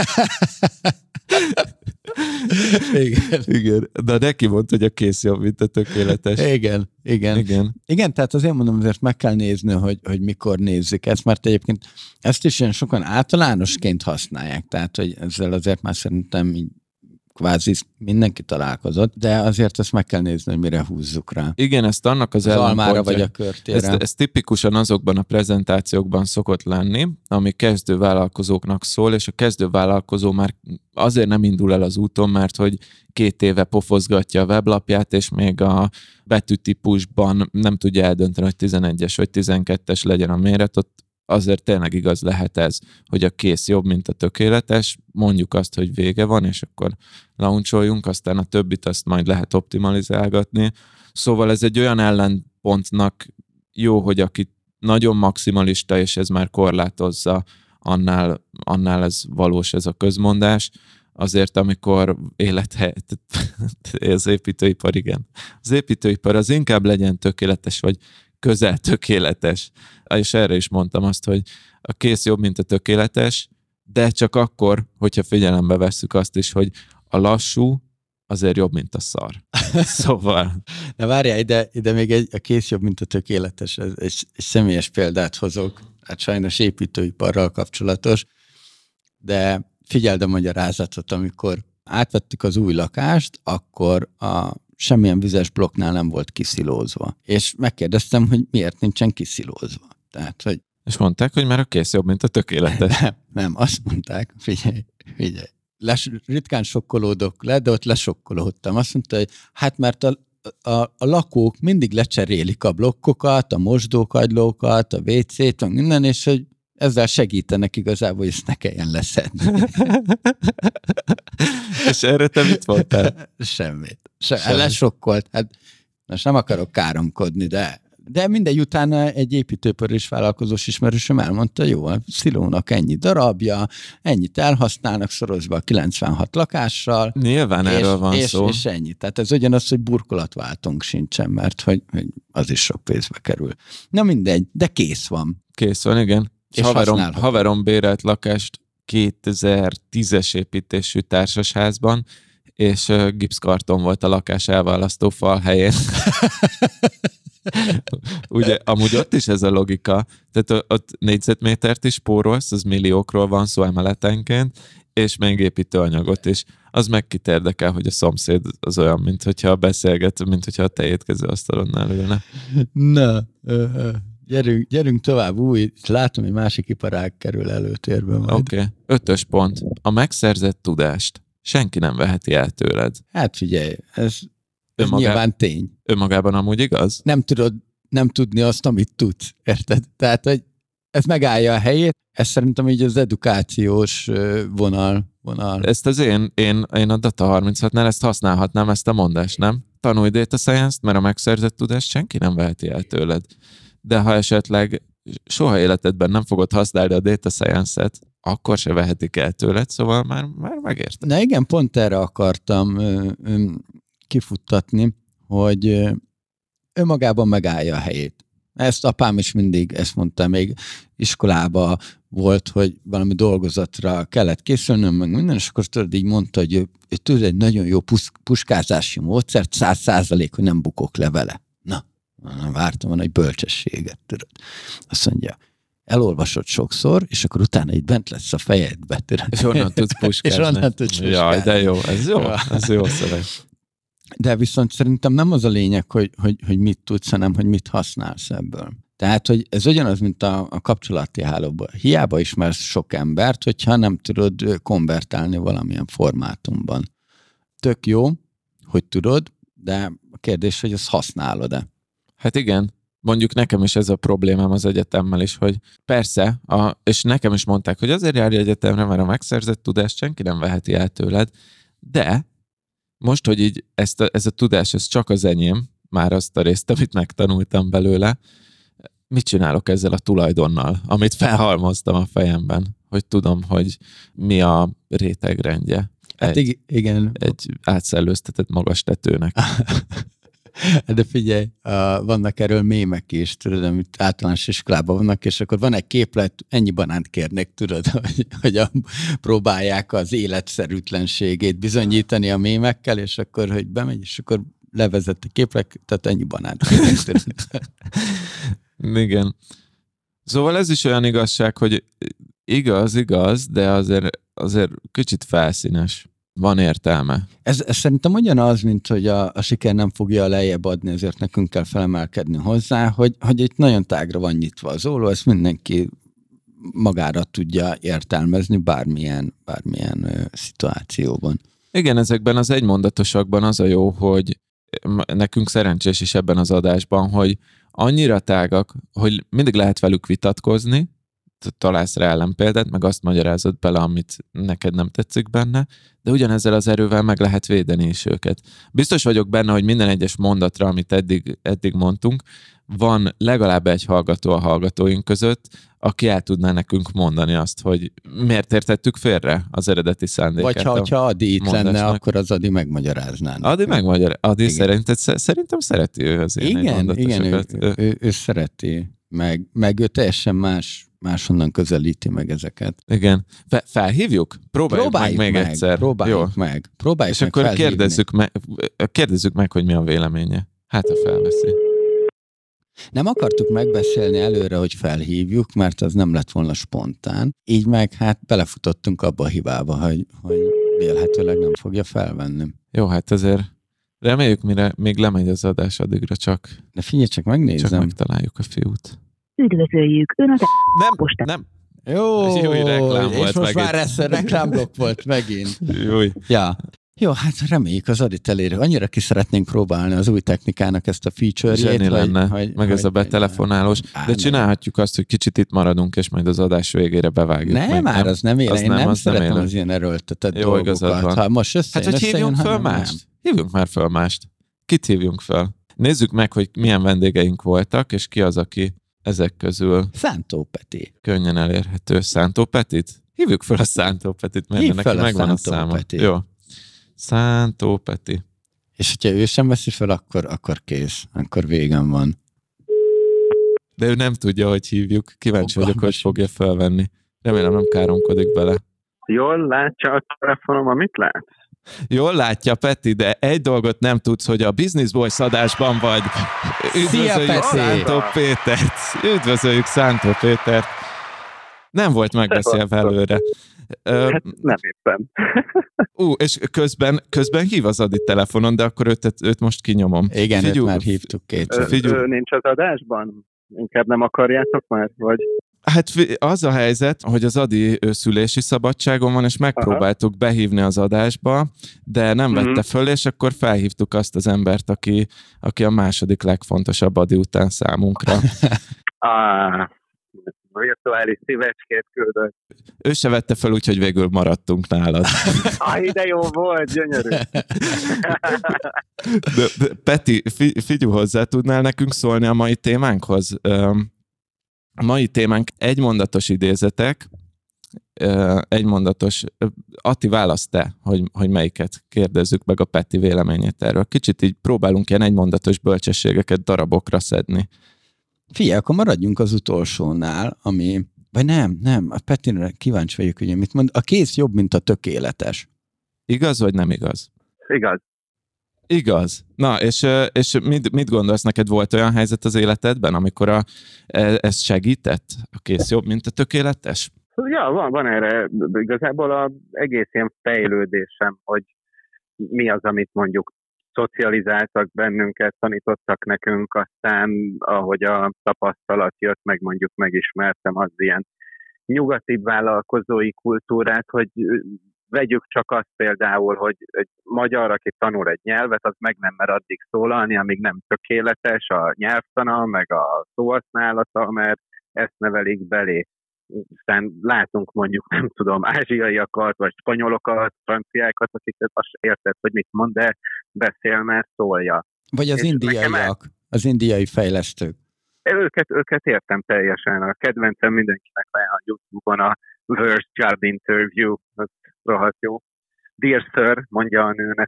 [SPEAKER 1] Igen. De neki mondta, hogy a kész jobb, mint a tökéletes.
[SPEAKER 2] Igen, tehát azért mondom, azért meg kell nézni, hogy mikor nézzük ezt, mert egyébként ezt is ilyen sokan általánosként használják, tehát hogy ezzel azért már szerintem így kvázi mindenki találkozott, de azért ezt meg kell nézni, hogy mire húzzuk rá.
[SPEAKER 1] Igen, ezt annak az
[SPEAKER 2] almára vagy a körtére.
[SPEAKER 1] Ez tipikusan azokban a prezentációkban szokott lenni, ami kezdővállalkozóknak szól, és a kezdővállalkozó már azért nem indul el az úton, mert hogy 2 éve pofozgatja a weblapját, és még a betűtípusban nem tudja eldönteni, hogy 11-es vagy 12-es legyen a méret, ott azért tényleg igaz lehet ez, hogy a kész jobb, mint a tökéletes, mondjuk azt, hogy vége van, és akkor launcholjunk, aztán a többit azt majd lehet optimalizálgatni. Szóval ez egy olyan ellenpontnak jó, hogy aki nagyon maximalista, és ez már korlátozza, annál ez valós ez a közmondás. Azért, amikor az építőipar, igen. Az építőipar az inkább legyen tökéletes, vagy közel tökéletes. És erre is mondtam azt, hogy a kész jobb, mint a tökéletes, de csak akkor, hogyha figyelembe vesszük azt is, hogy a lassú azért jobb, mint a szar. Szóval...
[SPEAKER 2] Na várjál, ide még a kész jobb, mint a tökéletes. Egy személyes példát hozok, hát sajnos építőiparral kapcsolatos, de figyeld a magyarázatot, amikor átvettük az új lakást, akkor semmilyen vizes blokknál nem volt kiszilózva. És megkérdeztem, hogy miért nincsen kiszilózva. Tehát, hogy...
[SPEAKER 1] És mondták, hogy már a kész jobb, mint a tökéletes.
[SPEAKER 2] Nem, azt mondták, figyelj. Ritkán sokkolódok le, de ott lesokkolódtam. Azt mondta, hogy hát mert a lakók mindig lecserélik a blokkokat, a mosdókagylókat, a WC-t, minden, és hogy ezzel segítenek igazából, hogy ezt ne kelljen leszedni.
[SPEAKER 1] És erre te mit mondtál?
[SPEAKER 2] Semmit. Lesokkolt. Hát most nem akarok káromkodni, de mindegy, utána egy építőiparos vállalkozós ismerősöm elmondta, jó, a szilónak ennyi darabja, ennyit elhasználnak szorozva a 96 lakással.
[SPEAKER 1] Nyilván erről van szó.
[SPEAKER 2] És ennyi. Tehát ez ugyanaz, hogy burkolatváltónk sincsen, mert hogy az is sok pénzbe kerül. Na mindegy, de kész van.
[SPEAKER 1] Kész van, igen. És haverom bérelt lakást 2010-es építésű társasházban, és gipszkarton volt a lakás elválasztó fal helyén. Ugye, amúgy ott is ez a logika, tehát ott négyzetmétert is spórolsz, az milliókról van szó emeletenként, és még építőanyagot is. Az meg kit érdekel, hogy a szomszéd az olyan, mint hogyha beszélget, mint hogyha a te étkezőasztalonnál ülne.
[SPEAKER 2] Na, gyerünk tovább, látom, hogy másik iparág kerül előtérbe majd.
[SPEAKER 1] Oké. 5. pont. A megszerzett tudást senki nem veheti el tőled.
[SPEAKER 2] Hát figyelj, ez nyilván tény.
[SPEAKER 1] Önmagában amúgy igaz?
[SPEAKER 2] Nem tudod nem tudni azt, amit tudsz, érted? Tehát, hogy ez megállja a helyét, ez szerintem így az edukációs vonal.
[SPEAKER 1] Ezt az én a Data 36-nál ezt használhatnám, ezt a mondást, nem? Tanulj data science-t, mert a megszerzett tudást senki nem veheti el tőled. De ha esetleg soha életedben nem fogod használni a data science-et, akkor se vehetik el tőled, szóval már megértem.
[SPEAKER 2] Na igen, pont erre akartam kifuttatni, hogy önmagában megállja a helyét. Ezt apám is mindig ezt mondta, még iskolában volt, hogy valami dolgozatra kellett készülnöm, meg minden, és akkor tudod, így mondta, hogy ő tud egy nagyon jó puskázási módszert, 100%, hogy nem bukok le vele. Na, vártam volna egy bölcsességet, tudod. Azt mondja, elolvasod sokszor, és akkor utána itt bent lesz a fejedbe, tudod.
[SPEAKER 1] És onnan tudsz puskázni. Jaj, de jó, ez jó szöveg.
[SPEAKER 2] De viszont szerintem nem az a lényeg, hogy mit tudsz, hanem hogy mit használsz ebből. Tehát, hogy ez ugyanaz, mint a kapcsolati hálóban. Hiába ismersz sok embert, hogyha nem tudod konvertálni valamilyen formátumban. Tök jó, hogy tudod, de a kérdés, hogy ezt használod-e.
[SPEAKER 1] Hát igen. Mondjuk nekem is ez a problémám az egyetemmel is, hogy persze, és nekem is mondták, hogy azért járj egyetemre, mert a megszerzett tudást senki nem veheti el tőled, de most, hogy így ez a tudás, ez csak az enyém, már azt a részt, amit megtanultam belőle, mit csinálok ezzel a tulajdonnal, amit felhalmoztam a fejemben, hogy tudom, hogy mi a rétegrendje.
[SPEAKER 2] Hát igen.
[SPEAKER 1] Egy átszellőztetett magas tetőnek.
[SPEAKER 2] De figyelj, vannak erről mémek is, tudod, amit általános iskolában vannak, és akkor van egy képlet, ennyi banánt kérnek, tudod, hogy próbálják az életszerűtlenségét bizonyítani a mémekkel, és akkor, hogy bemegy, és akkor levezet a képlet, tehát ennyi banánt kérnek, tudod.
[SPEAKER 1] Igen. Szóval ez is olyan igazság, hogy igaz, de azért kicsit felszínes. Van értelme.
[SPEAKER 2] Ez szerintem ugyanaz, mint hogy a siker nem fogja lejjebb adni, ezért nekünk kell felemelkedni hozzá, hogy itt nagyon tágra van nyitva az óló, ezt mindenki magára tudja értelmezni bármilyen szituációban.
[SPEAKER 1] Igen, ezekben az egymondatosakban az a jó, hogy nekünk szerencsés is ebben az adásban, hogy annyira tágak, hogy mindig lehet velük vitatkozni, találsz rá ellenpéldát, meg azt magyarázod bele, amit neked nem tetszik benne, de ugyanezzel az erővel meg lehet védeni is őket. Biztos vagyok benne, hogy minden egyes mondatra, amit eddig mondtunk, van legalább egy hallgató a hallgatóink között, aki el tudná nekünk mondani azt, hogy miért értettük félre az eredeti szándékát.
[SPEAKER 2] Vagy ha Adi itt lenne, akkor az Adi megmagyarázná.
[SPEAKER 1] Adi szerintem szereti ő az ilyen
[SPEAKER 2] Igen, ő szereti, meg ő teljesen máshonnan közelíti meg ezeket.
[SPEAKER 1] Igen. Felhívjuk? Próbáljuk meg még egyszer.
[SPEAKER 2] Próbáljuk meg.
[SPEAKER 1] És akkor kérdezzük meg, hogy mi a véleménye. Hát, ha felveszi.
[SPEAKER 2] Nem akartuk megbeszélni előre, hogy felhívjuk, mert az nem lett volna spontán. Így meg hát belefutottunk abba a hibába, hogy vélhetőleg nem fogja felvenni.
[SPEAKER 1] Jó, hát azért reméljük, mire még lemegy az adás, addigra csak...
[SPEAKER 2] De figyelj, csak megnézem.
[SPEAKER 1] Csak megtaláljuk a fiút.
[SPEAKER 3] Üdvözöljük, Ön az
[SPEAKER 1] Nem.
[SPEAKER 2] Jó,
[SPEAKER 1] reklám volt
[SPEAKER 2] és most
[SPEAKER 1] megint.
[SPEAKER 2] már ez reklámblokk volt megint.
[SPEAKER 1] Jó.
[SPEAKER 2] Ja. Jó, hát reméljük az Adit eléri. Annyira ki szeretnénk próbálni az új technikának ezt a feature-jét.
[SPEAKER 1] Zseni lenne, meg ez a betelefonálós. De csinálhatjuk azt, hogy kicsit itt maradunk, és majd az adás végére bevágjuk.
[SPEAKER 2] Nem, már az nem ér. Én nem szeretem az ilyen erőltetett dolgokat. Ha most összejön,
[SPEAKER 1] hogy hívjunk föl mást. Hívjunk már föl mást. Kit hívjunk föl? Nézzük meg, hogy milyen vendégeink voltak, és ki az, aki ezek közül...
[SPEAKER 2] Szántó Peti.
[SPEAKER 1] Könnyen elérhető. Szántó Petit? Hívjuk föl a Szántó Petit, mert neki megvan a száma.
[SPEAKER 2] Peti.
[SPEAKER 1] Jó. Szántó Peti.
[SPEAKER 2] És hogyha ő sem veszi fel, akkor kész. Akkor végem van.
[SPEAKER 1] De ő nem tudja, hogy hívjuk. Kíváncsi vagyok, hogy fogja felvenni. Remélem nem káromkodik bele.
[SPEAKER 4] Jól látja a telefonom, amit látsz?
[SPEAKER 1] Jól látja, Peti, de egy dolgot nem tudsz, hogy a Business Boys adásban vagy. Üdvözöljük Szántó Pétert. Üdvözöljük Szántó Pétert. Nem volt megbeszélve előre.
[SPEAKER 4] Hát nem éppen.
[SPEAKER 1] És közben hív az Adi telefonon, de akkor őt most kinyomom.
[SPEAKER 2] Igen, őt már hívtuk kétszer.
[SPEAKER 4] Ő nincs az adásban? Inkább nem akarjátok már? Vagy...
[SPEAKER 1] Hát az a helyzet, hogy az Adi szülési szabadságon van, és megpróbáltuk behívni az adásba, de nem vette föl, és akkor felhívtuk azt az embert, aki a második legfontosabb Adi után számunkra.
[SPEAKER 4] Virtuális szívecskét küldött.
[SPEAKER 1] Ő se vette fel, úgyhogy végül maradtunk nálad.
[SPEAKER 4] De jó volt, gyönyörű.
[SPEAKER 1] De Peti, figyelj hozzá, tudnál nekünk szólni a mai témánkhoz? A mai témánk egymondatos idézetek, egymondatos... Atti, választ te, hogy melyiket kérdezzük meg a Peti véleményét erről. Kicsit így próbálunk ilyen egymondatos bölcsességeket darabokra szedni.
[SPEAKER 2] Figyelj, akkor maradjunk az utolsónál, ami... Vagy nem, a Petinre kíváncsi vagyok, hogy mit mond. A kész jobb, mint a tökéletes.
[SPEAKER 1] Igaz, vagy nem igaz?
[SPEAKER 4] Igaz.
[SPEAKER 1] Igaz. Na, és mit gondolsz, neked volt olyan helyzet az életedben, amikor ez segített? A kész jobb, mint a tökéletes?
[SPEAKER 4] Ja, van erre igazából az egész ilyen fejlődésem, hogy mi az, amit mondjuk szocializáltak bennünket, tanítottak nekünk, aztán ahogy a tapasztalat jött, meg mondjuk megismertem az ilyen nyugati vállalkozói kultúrát, hogy vegyük csak azt például, hogy egy magyar, aki tanul egy nyelvet, az meg nem mer addig szólalni, amíg nem tökéletes a nyelvtana, meg a szóhasználata, mert ezt nevelik belé. Aztán látunk mondjuk, nem tudom, ázsiaiakat, vagy spanyolokat, franciákat, akiket azt érted, hogy mit mond, de beszél, mert szólja.
[SPEAKER 2] Vagy az indiaiak, az indiai fejlesztők.
[SPEAKER 4] Őket értem teljesen. A kedvencem mindenkinek a YouTube-on a Worst Job Interview, az rohadt jó. Dear Sir, mondja a nőnek a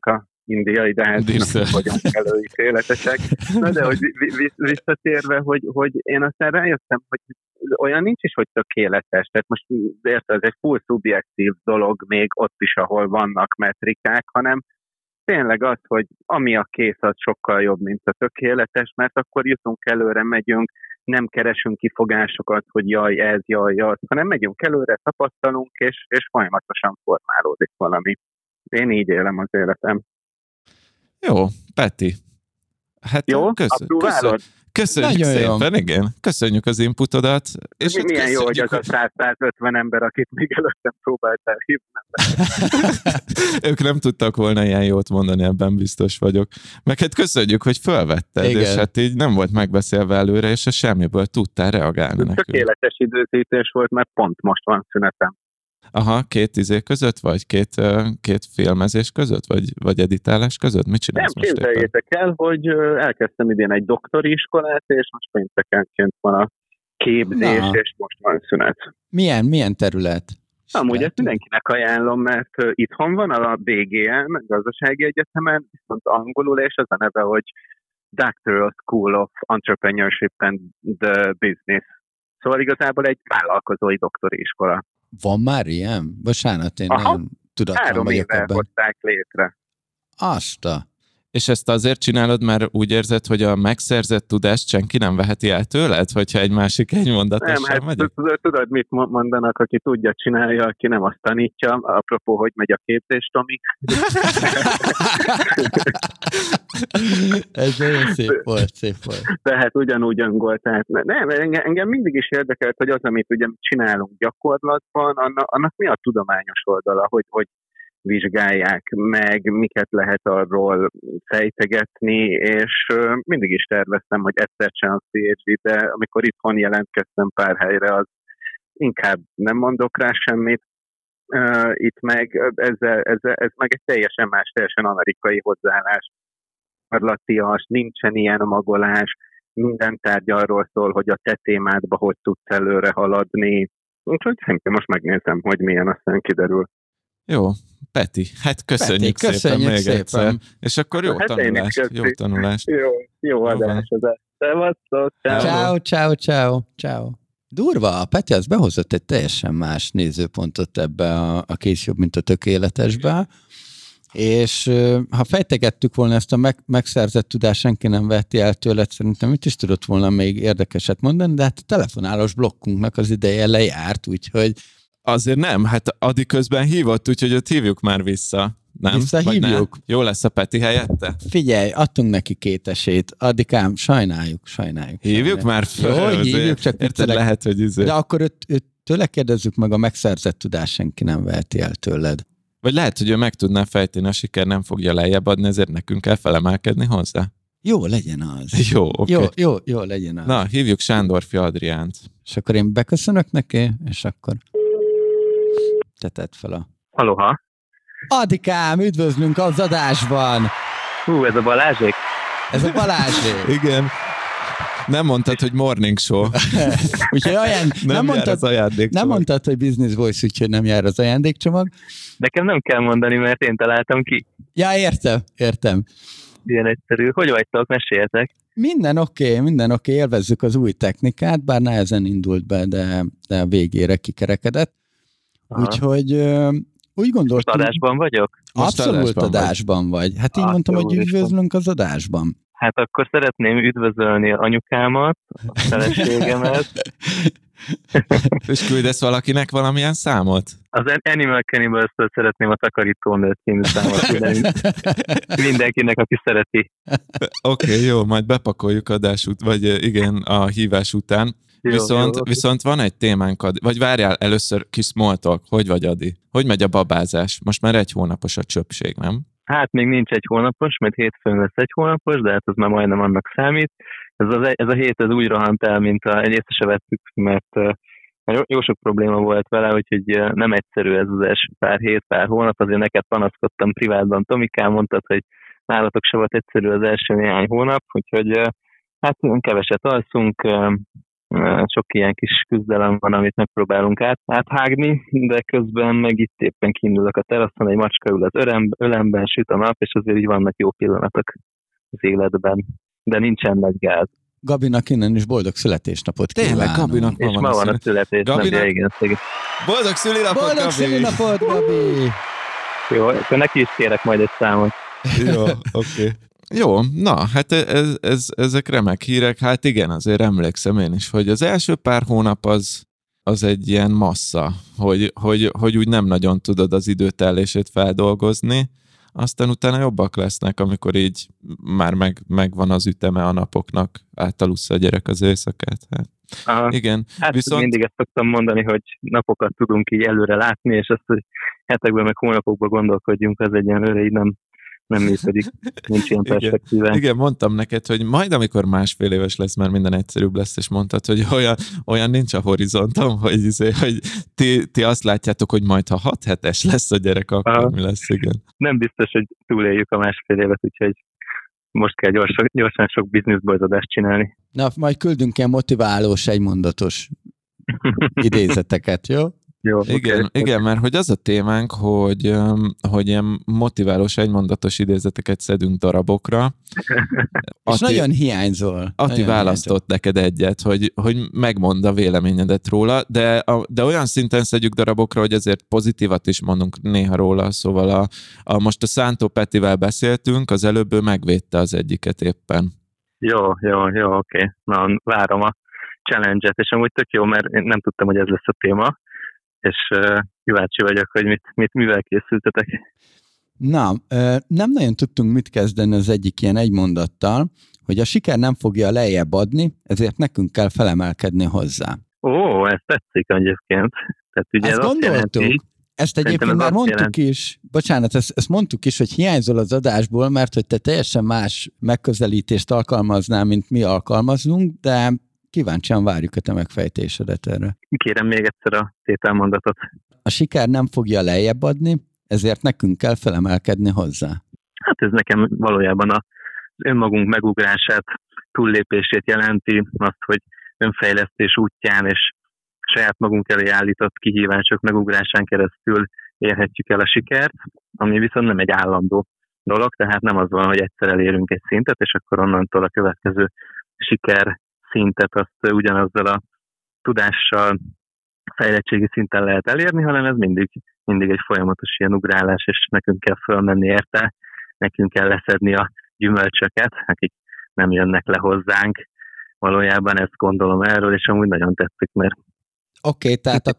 [SPEAKER 4] indiai, de hát nem vagyunk előítéletesek. Na de hogy visszatérve, hogy én aztán rájöttem, hogy olyan nincs is, hogy tökéletes. Tehát most érted, ez egy full szubjektív dolog még ott is, ahol vannak metrikák, hanem tényleg az, hogy ami a kész, az sokkal jobb, mint a tökéletes, mert akkor jutunk előre, megyünk, nem keresünk kifogásokat, hogy jaj, ez, jaj, az, hanem megyünk előre, tapasztalunk, és folyamatosan formálódik valami. Én így élem az életem.
[SPEAKER 1] Jó, Peti. Hát
[SPEAKER 4] jó?
[SPEAKER 1] Köszönjük szépen, igen. Köszönjük az inputodat.
[SPEAKER 4] És milyen jó, hogy az a 150 ember, akit még előttem próbáltál hívni.
[SPEAKER 1] Ők nem tudtak volna ilyen jót mondani, ebben biztos vagyok. Meg hát köszönjük, hogy felvetted, igen. És hát így nem volt megbeszélve előre, és a semmiből tudtál reagálni nekünk.
[SPEAKER 4] Tökéletes időzítés volt, mert pont most van szünetem.
[SPEAKER 1] Aha, két között, vagy két filmezés között, vagy editálás között? Mit csinálsz most éppen? Nem,
[SPEAKER 4] képzeljétek el, hogy elkezdtem idén egy doktori iskolát, és most péntekenként van a képzés, és most van szünet.
[SPEAKER 2] Milyen terület?
[SPEAKER 4] Amúgy ezt mindenkinek ajánlom, mert itthon van a BGM, Gazdasági Egyetemen, viszont angolul, és az a neve, hogy Doctoral School of Entrepreneurship and the Business. Szóval igazából egy vállalkozói doktori iskola.
[SPEAKER 2] Van már ilyen? Bocsánat, én nem tudatlan vagyok ebben. 3 éve
[SPEAKER 4] hozták létre.
[SPEAKER 1] És ezt azért csinálod, mert úgy érzed, hogy a megszerzett tudást senki nem veheti el tőled, hogyha egy másik egy mondatosan
[SPEAKER 4] megy? Tudod, mit mondanak, aki tudja, csinálja, aki nem azt tanítja. Apropó, hogy megy a képzés, Tomi.
[SPEAKER 2] Ez nagyon szép volt.
[SPEAKER 4] Tehát ugyanúgy öngolt. Nem, engem mindig is érdekelt, hogy az, amit ugye csinálunk gyakorlatban, annak mi a tudományos oldala, hogy vizsgálják meg, miket lehet arról fejtegetni, és mindig is terveztem, hogy egyszer csinálok PhD, de amikor itthon jelentkeztem pár helyre, az inkább nem mondok rá semmit. Itt meg ez meg egy teljesen más, teljesen amerikai hozzáállás. Parlatias, nincsen ilyen magolás, minden tárgy arról szól, hogy a te témádba hogy tudsz előre haladni. Úgyhogy most megnézem, hogy milyen, aztán kiderül.
[SPEAKER 1] Jó, Peti, hát köszönjük szépen még egyszer. És akkor jó tanulást.
[SPEAKER 4] Jó adásodás.
[SPEAKER 2] Szevasztok. Ciao. Durva, a Peti az behozott egy teljesen más nézőpontot ebbe a kész jobb, mint a tökéletesbe, és ha fejtegettük volna ezt a megszerzett tudást, senki nem veheti el tőled, szerintem mit is tudott volna még érdekeset mondani, de hát a telefonálós blokkunknak az ideje lejárt, úgyhogy
[SPEAKER 1] azért nem, hát addig közben hívott, úgyhogy ott hívjuk már vissza. Nem?
[SPEAKER 2] Visszahívjuk.
[SPEAKER 1] Jó lesz a Peti helyette?
[SPEAKER 2] Figyelj, adtunk neki 2 esélyt. Addikám, sajnáljuk.
[SPEAKER 1] Hívjuk már föl?
[SPEAKER 2] Jó, hívjuk, csak
[SPEAKER 1] érted, lehet, hogy
[SPEAKER 2] De akkor őt tőle kérdezzük meg, a megszerzett tudást senki nem veheti el tőled.
[SPEAKER 1] Vagy lehet, hogy ő meg tudná fejteni, a siker nem fogja lejjebb adni, ezért nekünk kell felemelkedni hozzá.
[SPEAKER 2] Jó, legyen az.
[SPEAKER 1] Jó, oké.
[SPEAKER 2] Jó, legyen az.
[SPEAKER 1] Na, hívjuk Sándorfi Adriánt.
[SPEAKER 2] És akkor én beköszönök neki, és akkor te tedd fel a...
[SPEAKER 4] Aloha.
[SPEAKER 2] Addikám, üdvözlünk az adásban!
[SPEAKER 4] Ez a Balázsék?
[SPEAKER 2] Ez a Balázsék.
[SPEAKER 1] Igen. Nem mondtad, hogy morning show.
[SPEAKER 2] Úgyhogy nem mondtad, hogy business voice, úgyhogy nem jár az ajándékcsomag.
[SPEAKER 4] Nekem nem kell mondani, mert én találtam ki.
[SPEAKER 2] Ja, értem.
[SPEAKER 4] Ilyen egyszerű. Hogy vagytok? Meséljetek.
[SPEAKER 2] Minden oké, élvezzük az új technikát, bár nehezen indult be, de a végére kikerekedett. Úgyhogy úgy gondoltam...
[SPEAKER 4] Most adásban vagyok?
[SPEAKER 2] Abszolút adásban vagy. Hát így mondtam, hogy üdvözlünk az adásban.
[SPEAKER 4] Hát akkor szeretném üdvözölni anyukámat, a feleségemet.
[SPEAKER 1] És küldesz valakinek valamilyen számot?
[SPEAKER 4] Az Animal Cannibals-től szeretném a Takarítónő című számot küldeni. Mindenkinek, aki szereti.
[SPEAKER 1] Oké, jó, majd bepakoljuk a hívás után. Viszont van egy témánk, vagy várjál először kis small talk. Hogy vagy, Adi? Hogy megy a babázás? Most már 1 hónapos a csöpség, nem?
[SPEAKER 4] Hát még nincs 1 hónapos, mert hétfőn lesz 1 hónapos, de hát az már majdnem annak számít. Ez a hét úgy rohant el, mint egy észre se vettük, mert jó sok probléma volt vele, úgyhogy nem egyszerű ez az első pár hónap. Azért neked panaszkodtam privátban, Tomikám, mondtad, hogy nálatok se volt egyszerű az első néhány hónap, úgyhogy hát keveset alszunk,
[SPEAKER 5] Sok ilyen kis küzdelem van, amit megpróbálunk áthágni, de közben meg itt éppen kiindulok a teraszon, egy macska ül az ölemben, süt a nap, és azért így vannak jó pillanatok az életben, de nincsen nagy gáz.
[SPEAKER 2] Gabinak innen is boldog születésnapot kívánok.
[SPEAKER 1] Tényleg, Gabinak
[SPEAKER 5] És ma van a születésnapja, igen.
[SPEAKER 1] Boldog szülinapot,
[SPEAKER 2] boldog
[SPEAKER 1] Gabi!
[SPEAKER 2] szülinapot, Gabi!
[SPEAKER 5] Jó, akkor neki is kérek majd egy számot.
[SPEAKER 1] Jó, oké. Jó, na, hát ezek remek hírek. Hát igen, azért emlékszem én is, hogy az első pár hónap az egy ilyen massza, hogy úgy nem nagyon tudod az időtellését feldolgozni, aztán utána jobbak lesznek, amikor így már megvan az üteme a napoknak, átalussza a gyerek az éjszakát. Hát, igen.
[SPEAKER 5] Hát viszont... mindig ezt szoktam mondani, hogy napokat tudunk így előre látni, és azt, hogy hetekben meg hónapokban gondolkodjunk, az egyenlőre így nem működik, nincs ilyen perspektíván.
[SPEAKER 1] Igen, mondtam neked, hogy majd amikor másfél éves lesz, már minden egyszerűbb lesz, és mondtad, hogy olyan nincs a horizontom, hogy ti azt látjátok, hogy majd ha 6 hetes lesz a gyerek, akkor mi lesz, igen.
[SPEAKER 5] Nem biztos, hogy túléljük a másfél évet, úgyhogy most kell gyorsan sok bizniszbojzadást csinálni.
[SPEAKER 2] Na, majd küldünk ilyen motiválós, egymondatos idézeteket, jó?
[SPEAKER 5] Jó,
[SPEAKER 1] igen, mert hogy az a témánk, hogy ilyen motiválós egymondatos idézeteket szedünk darabokra.
[SPEAKER 2] És nagyon hiányzol.
[SPEAKER 1] Ati választott neked egyet, hogy megmond a véleményedet róla, de olyan szinten szedjük darabokra, hogy azért pozitívat is mondunk néha róla, szóval most a Szántó Petivel beszéltünk, az előbb ő megvédte az egyiket éppen.
[SPEAKER 5] Jó, oké. Na, várom a challenge-et, és amúgy tök jó, mert én nem tudtam, hogy ez lesz a téma, és kíváncsi vagyok, hogy mivel készültetek.
[SPEAKER 2] Na, nem nagyon tudtunk mit kezdeni az egyik ilyen egymondattal, hogy a siker nem fogja lejjebb adni, ezért nekünk kell felemelkedni hozzá.
[SPEAKER 5] Ó, ez tetszik egyébként. Tehát ugye
[SPEAKER 2] ezt gondoltuk. Ezt egyébként már mondtuk is, bocsánat, ezt mondtuk is, hogy hiányzol az adásból, mert hogy te teljesen más megközelítést alkalmaznál, mint mi alkalmazunk, de kíváncsian várjuk a te megfejtésedet erre.
[SPEAKER 5] Kérem még egyszer a tételmondatot.
[SPEAKER 2] A siker nem fogja lejjebb adni, ezért nekünk kell felemelkedni hozzá.
[SPEAKER 5] Hát ez nekem valójában az önmagunk megugrását, túllépését jelenti, azt, hogy önfejlesztés útján és saját magunk elé állított kihívások megugrásán keresztül érhetjük el a sikert, ami viszont nem egy állandó dolog, tehát nem az van, hogy egyszer elérünk egy szintet, és akkor onnantól a következő siker szintet azt ugyanazzal a tudással, fejlettségi szinten lehet elérni, hanem ez mindig egy folyamatos ilyen ugrálás, és nekünk kell fölmenni érte, nekünk kell leszedni a gyümölcsöket, akik nem jönnek le hozzánk. Valójában ezt gondolom erről, és amúgy nagyon tetszik, mert
[SPEAKER 2] Oké, tehát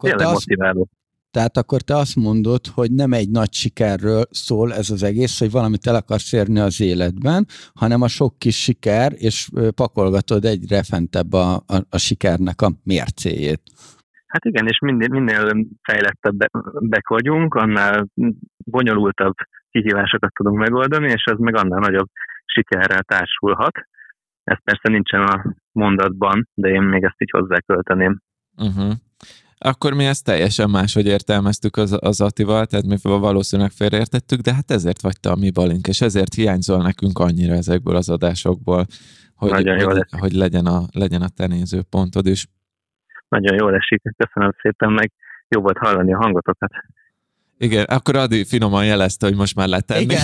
[SPEAKER 2] akkor te azt mondod, hogy nem egy nagy sikerről szól ez az egész, hogy valamit el akarsz érni az életben, hanem a sok kis siker, és pakolgatod egyre fentebb a sikernek a mércéjét.
[SPEAKER 5] Hát igen, és minél fejlettebbek vagyunk, annál bonyolultabb kihívásokat tudunk megoldani, és ez meg annál nagyobb sikerrel társulhat. Ez persze nincsen a mondatban, de én még ezt így hozzákölteném.
[SPEAKER 1] Uh-huh. Akkor mi ezt teljesen máshogy értelmeztük az Attival, tehát mi valószínűleg félreértettük, de hát ezért vagy te a mi balink, és ezért hiányzol nekünk annyira ezekből az adásokból, hogy legyen a te nézőpontod is.
[SPEAKER 5] Nagyon jól esik, köszönöm szépen, meg jó volt hallani a hangotokat.
[SPEAKER 1] Igen, akkor Adi finoman jelezte, hogy most már letenni.
[SPEAKER 2] Igen.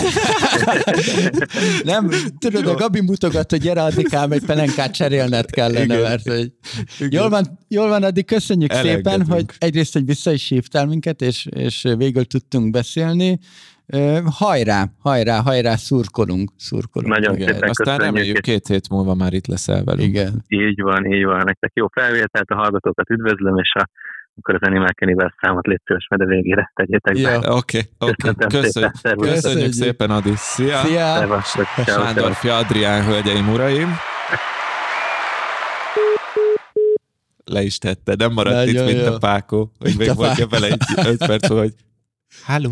[SPEAKER 2] Nem, tudod, a Gabi mutogat, hogy gyere Adikám, egy pelenkát cserélned kellene, igen. Mert hogy... Jól van, Adi, köszönjük szépen, hogy egyrészt, hogy vissza is hívtál minket, és végül tudtunk beszélni. Hajrá, szurkolunk.
[SPEAKER 5] Nagyon szépen
[SPEAKER 1] aztán
[SPEAKER 5] köszönjük.
[SPEAKER 1] Reméljük 2 hét múlva már itt leszel velünk.
[SPEAKER 2] Igen.
[SPEAKER 5] Így van. Nektek jó felvételt, a hallgatókat üdvözlöm, és akkor az Animal Cannibal számot légy szíves, mert a végére tegyétek be.
[SPEAKER 1] Oké. Köszönjük szépen, Adi. Szia! Sándorfia Adrián, hölgyeim, uraim! Le is tette, nem maradt nagyon itt, mint a Pákó, hogy még mondja vele egy 5 perc, hogy háló!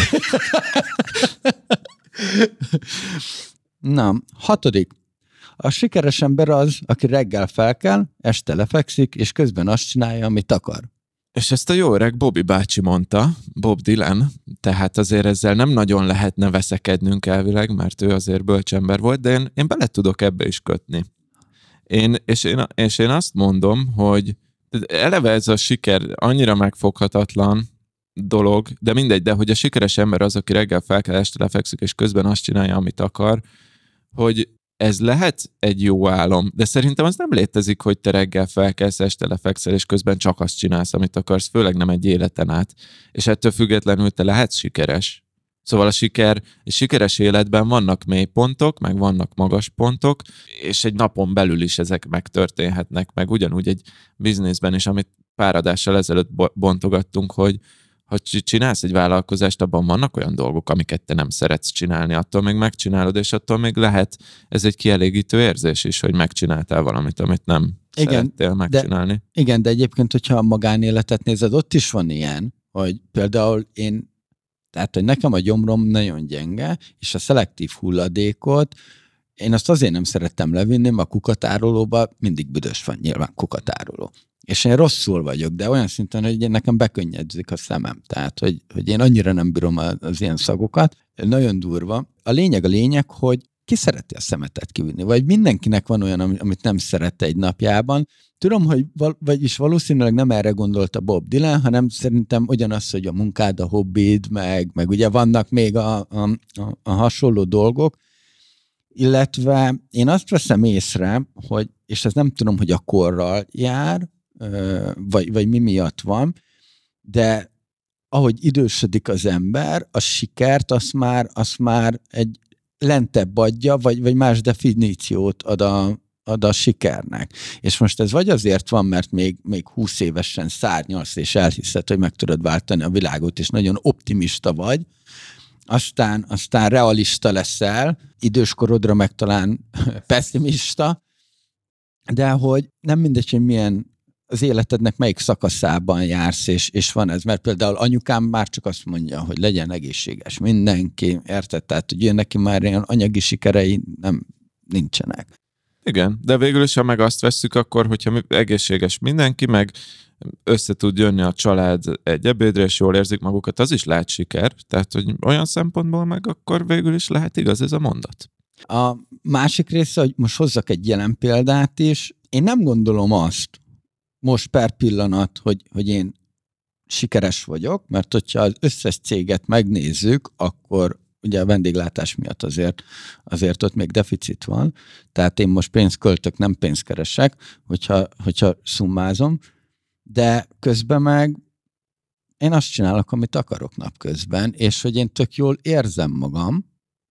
[SPEAKER 2] Na, 6. A sikeres ember az, aki reggel felkel, este lefekszik, és közben azt csinálja, amit akar.
[SPEAKER 1] És ezt a jó öreg Bobby bácsi mondta, Bob Dylan, tehát azért ezzel nem nagyon lehetne veszekednünk elvileg, mert ő azért bölcsember volt, de én bele tudok ebbe is kötni. És én azt mondom, hogy eleve ez a siker annyira megfoghatatlan dolog, de mindegy, de hogy a sikeres ember az, aki reggel fel kell, este lefekszik, és közben azt csinálja, amit akar, hogy ez lehet egy jó álom, de szerintem az nem létezik, hogy te reggel felkelsz, este lefekszel, és közben csak azt csinálsz, amit akarsz, főleg nem egy életen át. És ettől függetlenül te lehetsz sikeres. Szóval egy sikeres életben vannak mélypontok, meg vannak magas pontok, és egy napon belül is ezek megtörténhetnek, meg ugyanúgy egy bizniszben is, amit pár adással ezelőtt bontogattunk, hogy csinálsz egy vállalkozást, abban vannak olyan dolgok, amiket te nem szeretsz csinálni, attól még megcsinálod, és attól még lehet ez egy kielégítő érzés is, hogy megcsináltál valamit, amit nem szerettél megcsinálni.
[SPEAKER 2] De egyébként, hogyha a magánéletet nézed, ott is van ilyen, hogy például tehát, hogy nekem a gyomrom nagyon gyenge, és a szelektív hulladékot én azt azért nem szerettem levinni, mert a kukatárolóban mindig büdös van, nyilván kukatároló. És én rosszul vagyok, de olyan szinten, hogy nekem bekönnyedzik a szemem. Tehát, hogy én annyira nem bírom az ilyen szagokat. Nagyon durva. A lényeg, hogy ki szereti a szemetet kivinni, vagy mindenkinek van olyan, amit nem szeret egy napjában. Tudom, hogy vagyis valószínűleg nem erre gondolta Bob Dylan, hanem szerintem ugyanaz, hogy a munkád, a hobbid, meg ugye vannak még a hasonló dolgok, illetve én azt veszem észre, hogy, és ez nem tudom, hogy a korral jár, vagy mi miatt van, de ahogy idősödik az ember, a sikert azt már egy lentebb adja, vagy más definíciót ad a sikernek. És most ez vagy azért van, mert még 20 évesen szárnyalsz, és elhiszed, hogy meg tudod váltani a világot, és nagyon optimista vagy, aztán realista leszel, időskorodra meg talán pessimista, de hogy nem mindegy, hogy milyen az életednek melyik szakaszában jársz, és van ez, mert például anyukám már csak azt mondja, hogy legyen egészséges mindenki, érted? Tehát, hogy neki már ilyen anyagi sikerei nincsenek.
[SPEAKER 1] Igen, de végül is, ha meg azt vesszük, akkor, hogyha egészséges mindenki, meg össze tud jönni a család egy ebédre, és jól érzik magukat, az is lehet siker. Tehát, hogy olyan szempontból meg akkor végül is lehet igaz ez a mondat.
[SPEAKER 2] A másik része, hogy most hozzak egy jelen példát is, én nem gondolom azt, most per pillanat, hogy én sikeres vagyok, mert hogyha az összes céget megnézzük, akkor ugye a vendéglátás miatt azért ott még deficit van, tehát én most pénzt költök, nem pénzt keresek, hogyha szummázom, de közben meg én azt csinálok, amit akarok napközben, és hogy én tök jól érzem magam,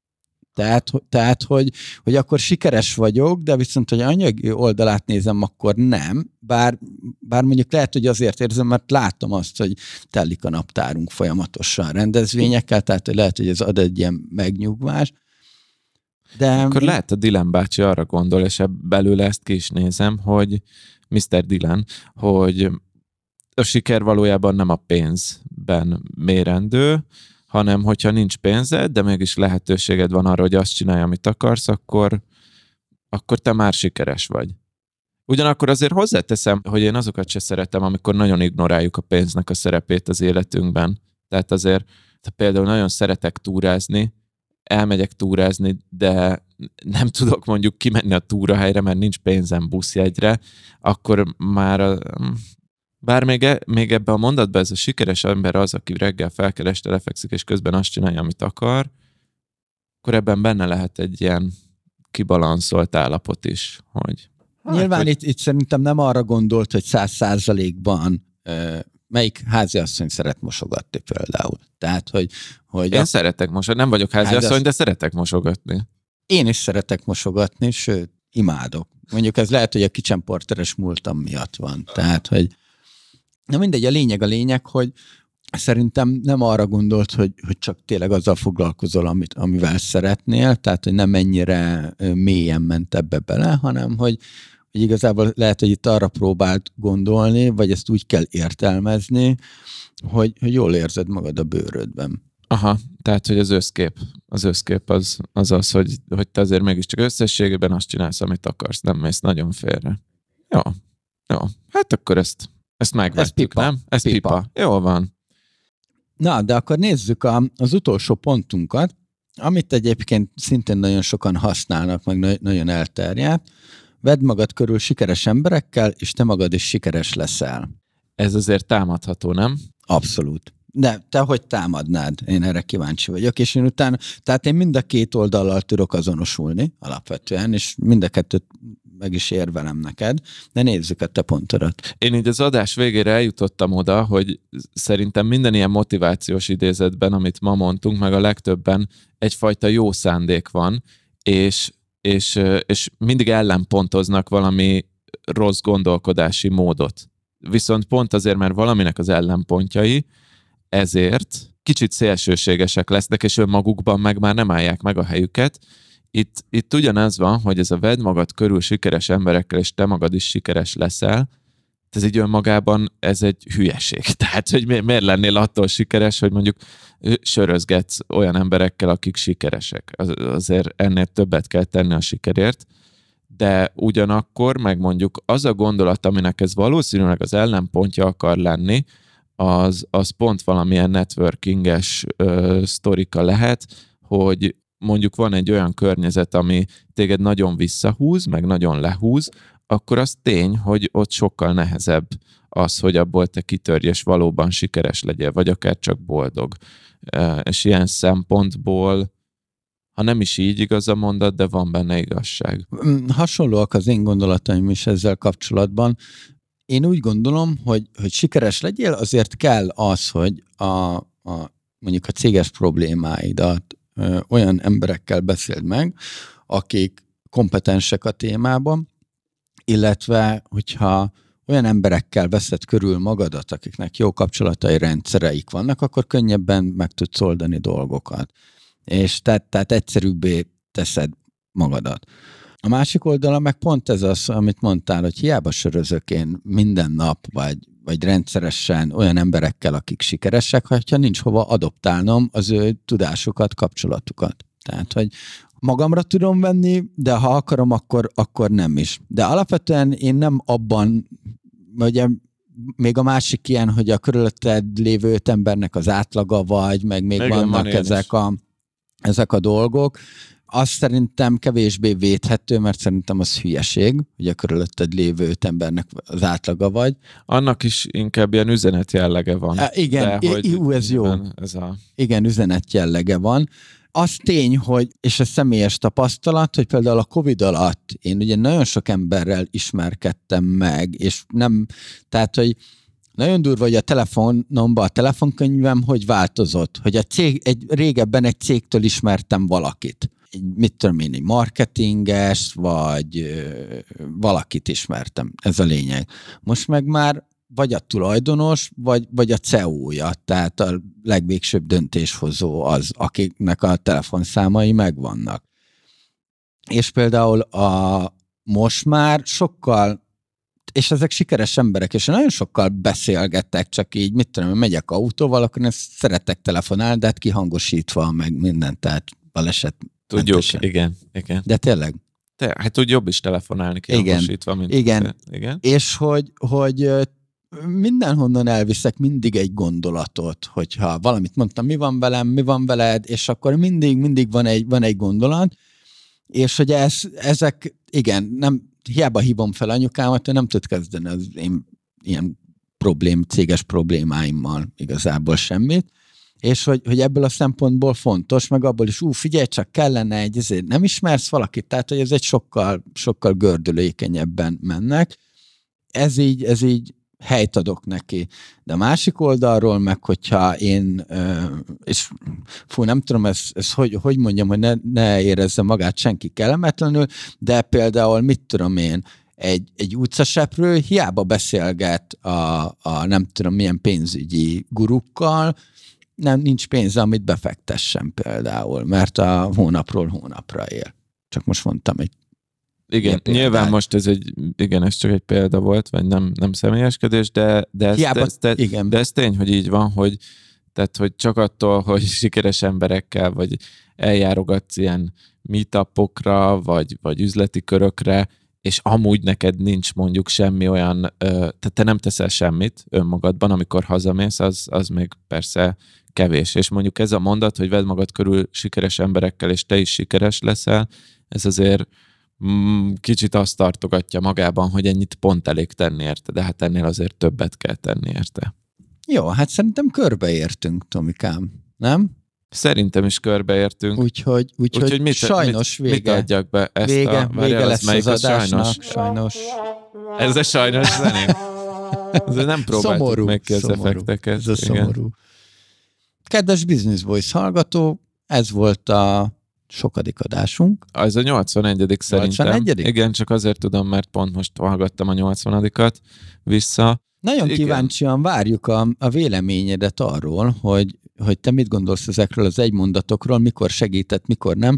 [SPEAKER 2] tehát hogy akkor sikeres vagyok, de viszont, hogy anyagi oldalát nézem, akkor nem, bár mondjuk lehet, hogy azért érzem, mert látom azt, hogy telik a naptárunk folyamatosan rendezvényekkel, tehát lehet, hogy ez ad egy ilyen megnyugvás. De
[SPEAKER 1] akkor lehet, a Dylan bácsi arra gondol, és belőle ezt ki is nézem, hogy Mr. Dylan, hogy a siker valójában nem a pénzben mérendő, hanem hogyha nincs pénzed, de mégis lehetőséged van arra, hogy azt csinálj, amit akarsz, akkor te már sikeres vagy. Ugyanakkor azért hozzáteszem, hogy én azokat se szeretem, amikor nagyon ignoráljuk a pénznek a szerepét az életünkben. Tehát azért, például nagyon szeretek túrázni, elmegyek túrázni, de nem tudok mondjuk kimenni a túrahelyre, mert nincs pénzem buszjegyre, akkor már bár még ebben a mondatban ez a sikeres ember az, aki reggel felkel, este lefekszik, és közben azt csinálja, amit akar, akkor ebben benne lehet egy ilyen kibalanszolt állapot is. Hogy,
[SPEAKER 2] nyilván itt szerintem nem arra gondolt, hogy 100%-ban melyik háziasszony szeret mosogatni például. Tehát, hogy
[SPEAKER 1] én szeretek mosogatni, nem vagyok háziasszony, de szeretek mosogatni.
[SPEAKER 2] Én is szeretek mosogatni, sőt, imádok. Mondjuk ez lehet, hogy a kicsemporteres múltam miatt van. Tehát, hogy na mindegy, a lényeg, hogy szerintem nem arra gondolt, hogy csak tényleg azzal foglalkozol, amivel szeretnél, tehát, hogy nem ennyire mélyen ment ebbe bele, hanem, hogy igazából lehet, hogy itt arra próbált gondolni, vagy ezt úgy kell értelmezni, hogy jól érzed magad a bőrödben.
[SPEAKER 1] Aha, tehát, hogy az összkép az, hogy te azért mégiscsak összességében azt csinálsz, amit akarsz, nem mész nagyon félre. Jó. Hát akkor ezt megvettük, nem? Ez pipa. Jól van.
[SPEAKER 2] Na, de akkor nézzük az utolsó pontunkat, amit egyébként szintén nagyon sokan használnak, meg nagyon elterjedt, Vedd magad körül sikeres emberekkel, és te magad is sikeres leszel.
[SPEAKER 1] Ez azért támadható, nem?
[SPEAKER 2] Abszolút. De te hogy támadnád? Én erre kíváncsi vagyok, és én utána, tehát én mind a két oldallal tudok azonosulni alapvetően, és mind a kettőt meg is érvelem neked, de nézzük a te pontodat.
[SPEAKER 1] Én így az adás végére eljutottam oda, hogy szerintem minden ilyen motivációs idézetben, amit ma mondtunk, meg a legtöbben egyfajta jó szándék van, és mindig ellenpontoznak valami rossz gondolkodási módot. Viszont pont azért, mert valaminek az ellenpontjai, ezért kicsit szélsőségesek lesznek, és önmagukban meg már nem állják meg a helyüket. Itt ugyanaz van, hogy ez a vedd magad körül sikeres emberekkel, és te magad is sikeres leszel, ez így önmagában ez egy hülyeség. Tehát, hogy miért lennél attól sikeres, hogy mondjuk sörözgetsz olyan emberekkel, akik sikeresek. Azért ennél többet kell tenni a sikerért, de ugyanakkor meg mondjuk az a gondolat, aminek ez valószínűleg az ellenpontja akar lenni, az pont valamilyen networkinges sztorika lehet, hogy mondjuk van egy olyan környezet, ami téged nagyon visszahúz, meg nagyon lehúz, akkor az tény, hogy ott sokkal nehezebb az, hogy abból te kitörj, és valóban sikeres legyél, vagy akár csak boldog. És ilyen szempontból, ha nem is így igaz a mondat, de van benne igazság.
[SPEAKER 2] Hasonlóak az én gondolataim is ezzel kapcsolatban. Én úgy gondolom, hogy sikeres legyél, azért kell az, hogy mondjuk a céges problémáidat olyan emberekkel beszéld meg, akik kompetensek a témában, illetve hogyha olyan emberekkel veszed körül magadat, akiknek jó kapcsolatai, rendszereik vannak, akkor könnyebben meg tudsz oldani dolgokat. És tehát egyszerűbbé teszed magadat. A másik oldala meg pont ez az, amit mondtál, hogy hiába sörözök én minden nap, vagy rendszeresen olyan emberekkel, akik sikeresek, ha nincs hova adoptálnom az ő tudásukat, kapcsolatukat. Tehát, hogy magamra tudom venni, de ha akarom, akkor nem is. De alapvetően én nem abban, vagy még a másik ilyen, hogy a körülötted lévő öt embernek az átlaga vagy, meg még vannak ezek a dolgok. Azt szerintem kevésbé védhető, mert szerintem az hülyeség, hogy a körülötted lévő öt embernek az átlaga vagy.
[SPEAKER 1] Annak is inkább ilyen üzenet jellege van.
[SPEAKER 2] Igen, ez jó. Igen, üzenet jellege van. Az tény, hogy, és a személyes tapasztalat, hogy például a Covid alatt én ugye nagyon sok emberrel ismerkedtem meg, és nem, tehát, hogy nagyon durva, hogy a telefonomban, a telefonkönyvem hogy változott, hogy régebben egy cégtől ismertem valakit. Mit tudom én, egy marketinges, vagy valakit ismertem. Ez a lényeg. Most meg már vagy a tulajdonos, vagy a CEO-ja, tehát a legvégsőbb döntéshozó az, akiknek a telefonszámai megvannak. És például most már sokkal, és ezek sikeres emberek, és nagyon sokkal beszélgettek, csak így, mit tudom, megyek autóval, akkor én szeretek telefonálni, de hát kihangosítva, meg mindent, tehát baleset.
[SPEAKER 1] Tudjuk, igen.
[SPEAKER 2] De tényleg.
[SPEAKER 1] Hát úgy jobb is telefonálni kihangosítva, mint...
[SPEAKER 2] Igen. És hogy mindenhonnan elviszek mindig egy gondolatot, hogyha valamit mondtam, mi van velem, mi van veled, és akkor mindig van egy gondolat, és hogy ezek, igen, nem, hiába hívom fel anyukámat, ő nem tud kezdeni az én ilyen céges problémáimmal igazából semmit, és hogy ebből a szempontból fontos, meg abból is, figyelj, csak kellene ezért nem ismersz valakit, tehát hogy ez egy sokkal gördülékenyebben mennek. Ez így helyt adok neki. De a másik oldalról meg, hogyha én, és nem tudom, ez hogy mondjam, hogy ne érezze magát senki kellemetlenül, de például mit tudom én, egy utcaseprő hiába beszélget a nem tudom milyen pénzügyi gurukkal, nincs pénze, amit befektessen például, mert a hónapról hónapra él. Csak most mondtam egy
[SPEAKER 1] igen, nyilván most ez csak egy példa volt, vagy nem személyeskedés, de ez tény, hogy így van, hogy csak attól, hogy sikeres emberekkel, vagy eljárogatsz ilyen meetupokra, vagy üzleti körökre, és amúgy neked nincs mondjuk semmi olyan, tehát te nem teszel semmit önmagadban, amikor hazamész, az még persze kevés. És mondjuk ez a mondat, hogy vedd magad körül sikeres emberekkel, és te is sikeres leszel, ez azért kicsit azt tartogatja magában, hogy ennyit pont elég tenni érte, de hát ennél azért többet kell tenni érte.
[SPEAKER 2] Jó, hát szerintem körbeértünk, Tomikám, nem?
[SPEAKER 1] Szerintem is körbeértünk.
[SPEAKER 2] Úgyhogy sajnos vége.
[SPEAKER 1] Mit adjak be? Ezt
[SPEAKER 2] vége lesz az adásnak, sajnos.
[SPEAKER 1] Ez a sajnos zeném. Ez nem próbáltuk meg ki az effekteket.
[SPEAKER 2] Ez a szomorú. Kedves Business Boys hallgató, ez volt a sokadik adásunk.
[SPEAKER 1] Ez a 81. szerintem.
[SPEAKER 2] 81.
[SPEAKER 1] Igen, csak azért tudom, mert pont most hallgattam a 80-at vissza.
[SPEAKER 2] Nagyon kíváncsian várjuk a véleményedet arról, hogy te mit gondolsz ezekről az egymondatokról, mikor segített, mikor nem.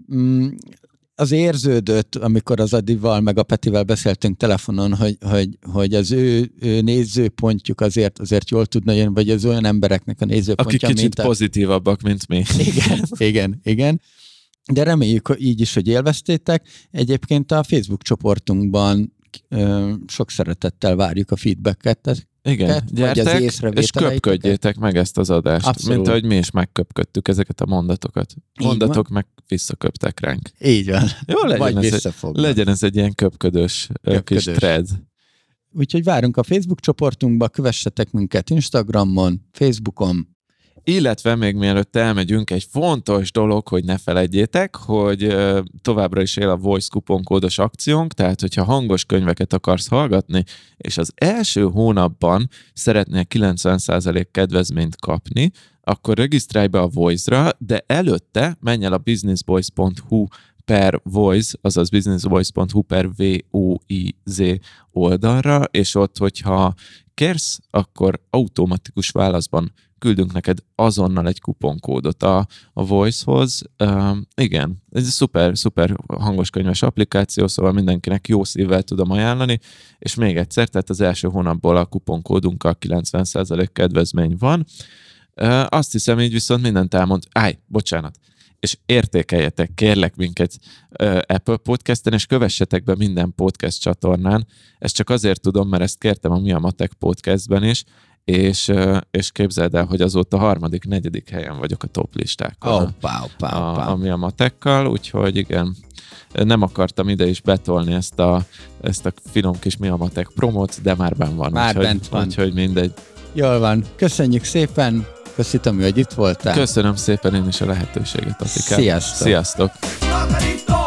[SPEAKER 2] Az érződött, amikor az Adival meg a Petivel beszéltünk telefonon, hogy az ő nézőpontjuk azért jól tudna jönni, vagy az olyan embereknek a nézőpontja,
[SPEAKER 1] akik kicsit pozitívabbak, mint mi.
[SPEAKER 2] Igen. De reméljük így is, hogy élveztétek. Egyébként a Facebook csoportunkban sok szeretettel várjuk a feedbacket.
[SPEAKER 1] Igen, gyertek, és köpködjétek meg ezt az adást. Abszolút. Mint ahogy mi is megköpködtük ezeket a mondatokat. Mondatok meg visszaköptek ránk.
[SPEAKER 2] Így van.
[SPEAKER 1] Jó, legyen ez egy ilyen köpködős kis thread.
[SPEAKER 2] Úgyhogy várunk a Facebook csoportunkba, kövessetek minket Instagramon, Facebookon.
[SPEAKER 1] Illetve még mielőtt elmegyünk, egy fontos dolog, hogy ne feledjétek, hogy továbbra is él a Voice kuponkódos akciónk, tehát hogyha hangos könyveket akarsz hallgatni, és az első hónapban szeretnél 90% kedvezményt kapni, akkor regisztrálj be a Voice-ra, de előtte menj el a businessvoice.hu/voice, azaz businessvoice.hu/voiz oldalra, és ott, hogyha kérsz, akkor automatikus válaszban küldünk neked azonnal egy kuponkódot a Voice-hoz. Igen, ez egy szuper hangoskönyves applikáció, szóval mindenkinek jó szívvel tudom ajánlani, és még egyszer, tehát az első hónapból a kuponkódunkkal 90% kedvezmény van. Azt hiszem, így viszont mindent elmond. Bocsánat. És értékeljetek, kérlek minket Apple Podcasten, és kövessetek be minden podcast csatornán. Ezt csak azért tudom, mert ezt kértem a Mi a Matek podcastben is, és képzeld el, hogy azóta 3.-4. helyen vagyok a top listákon. A Mi a Matekkal, úgyhogy igen, nem akartam ide is betolni ezt a finom kis Mi a Matek promót, de már benn van.
[SPEAKER 2] Bent van.
[SPEAKER 1] Úgyhogy mindegy.
[SPEAKER 2] Jól van. Köszönjük szépen. Köszönöm, hogy itt voltál.
[SPEAKER 1] Köszönöm szépen én is a lehetőséget, Atikám.
[SPEAKER 2] Sziasztok.
[SPEAKER 1] Sziasztok.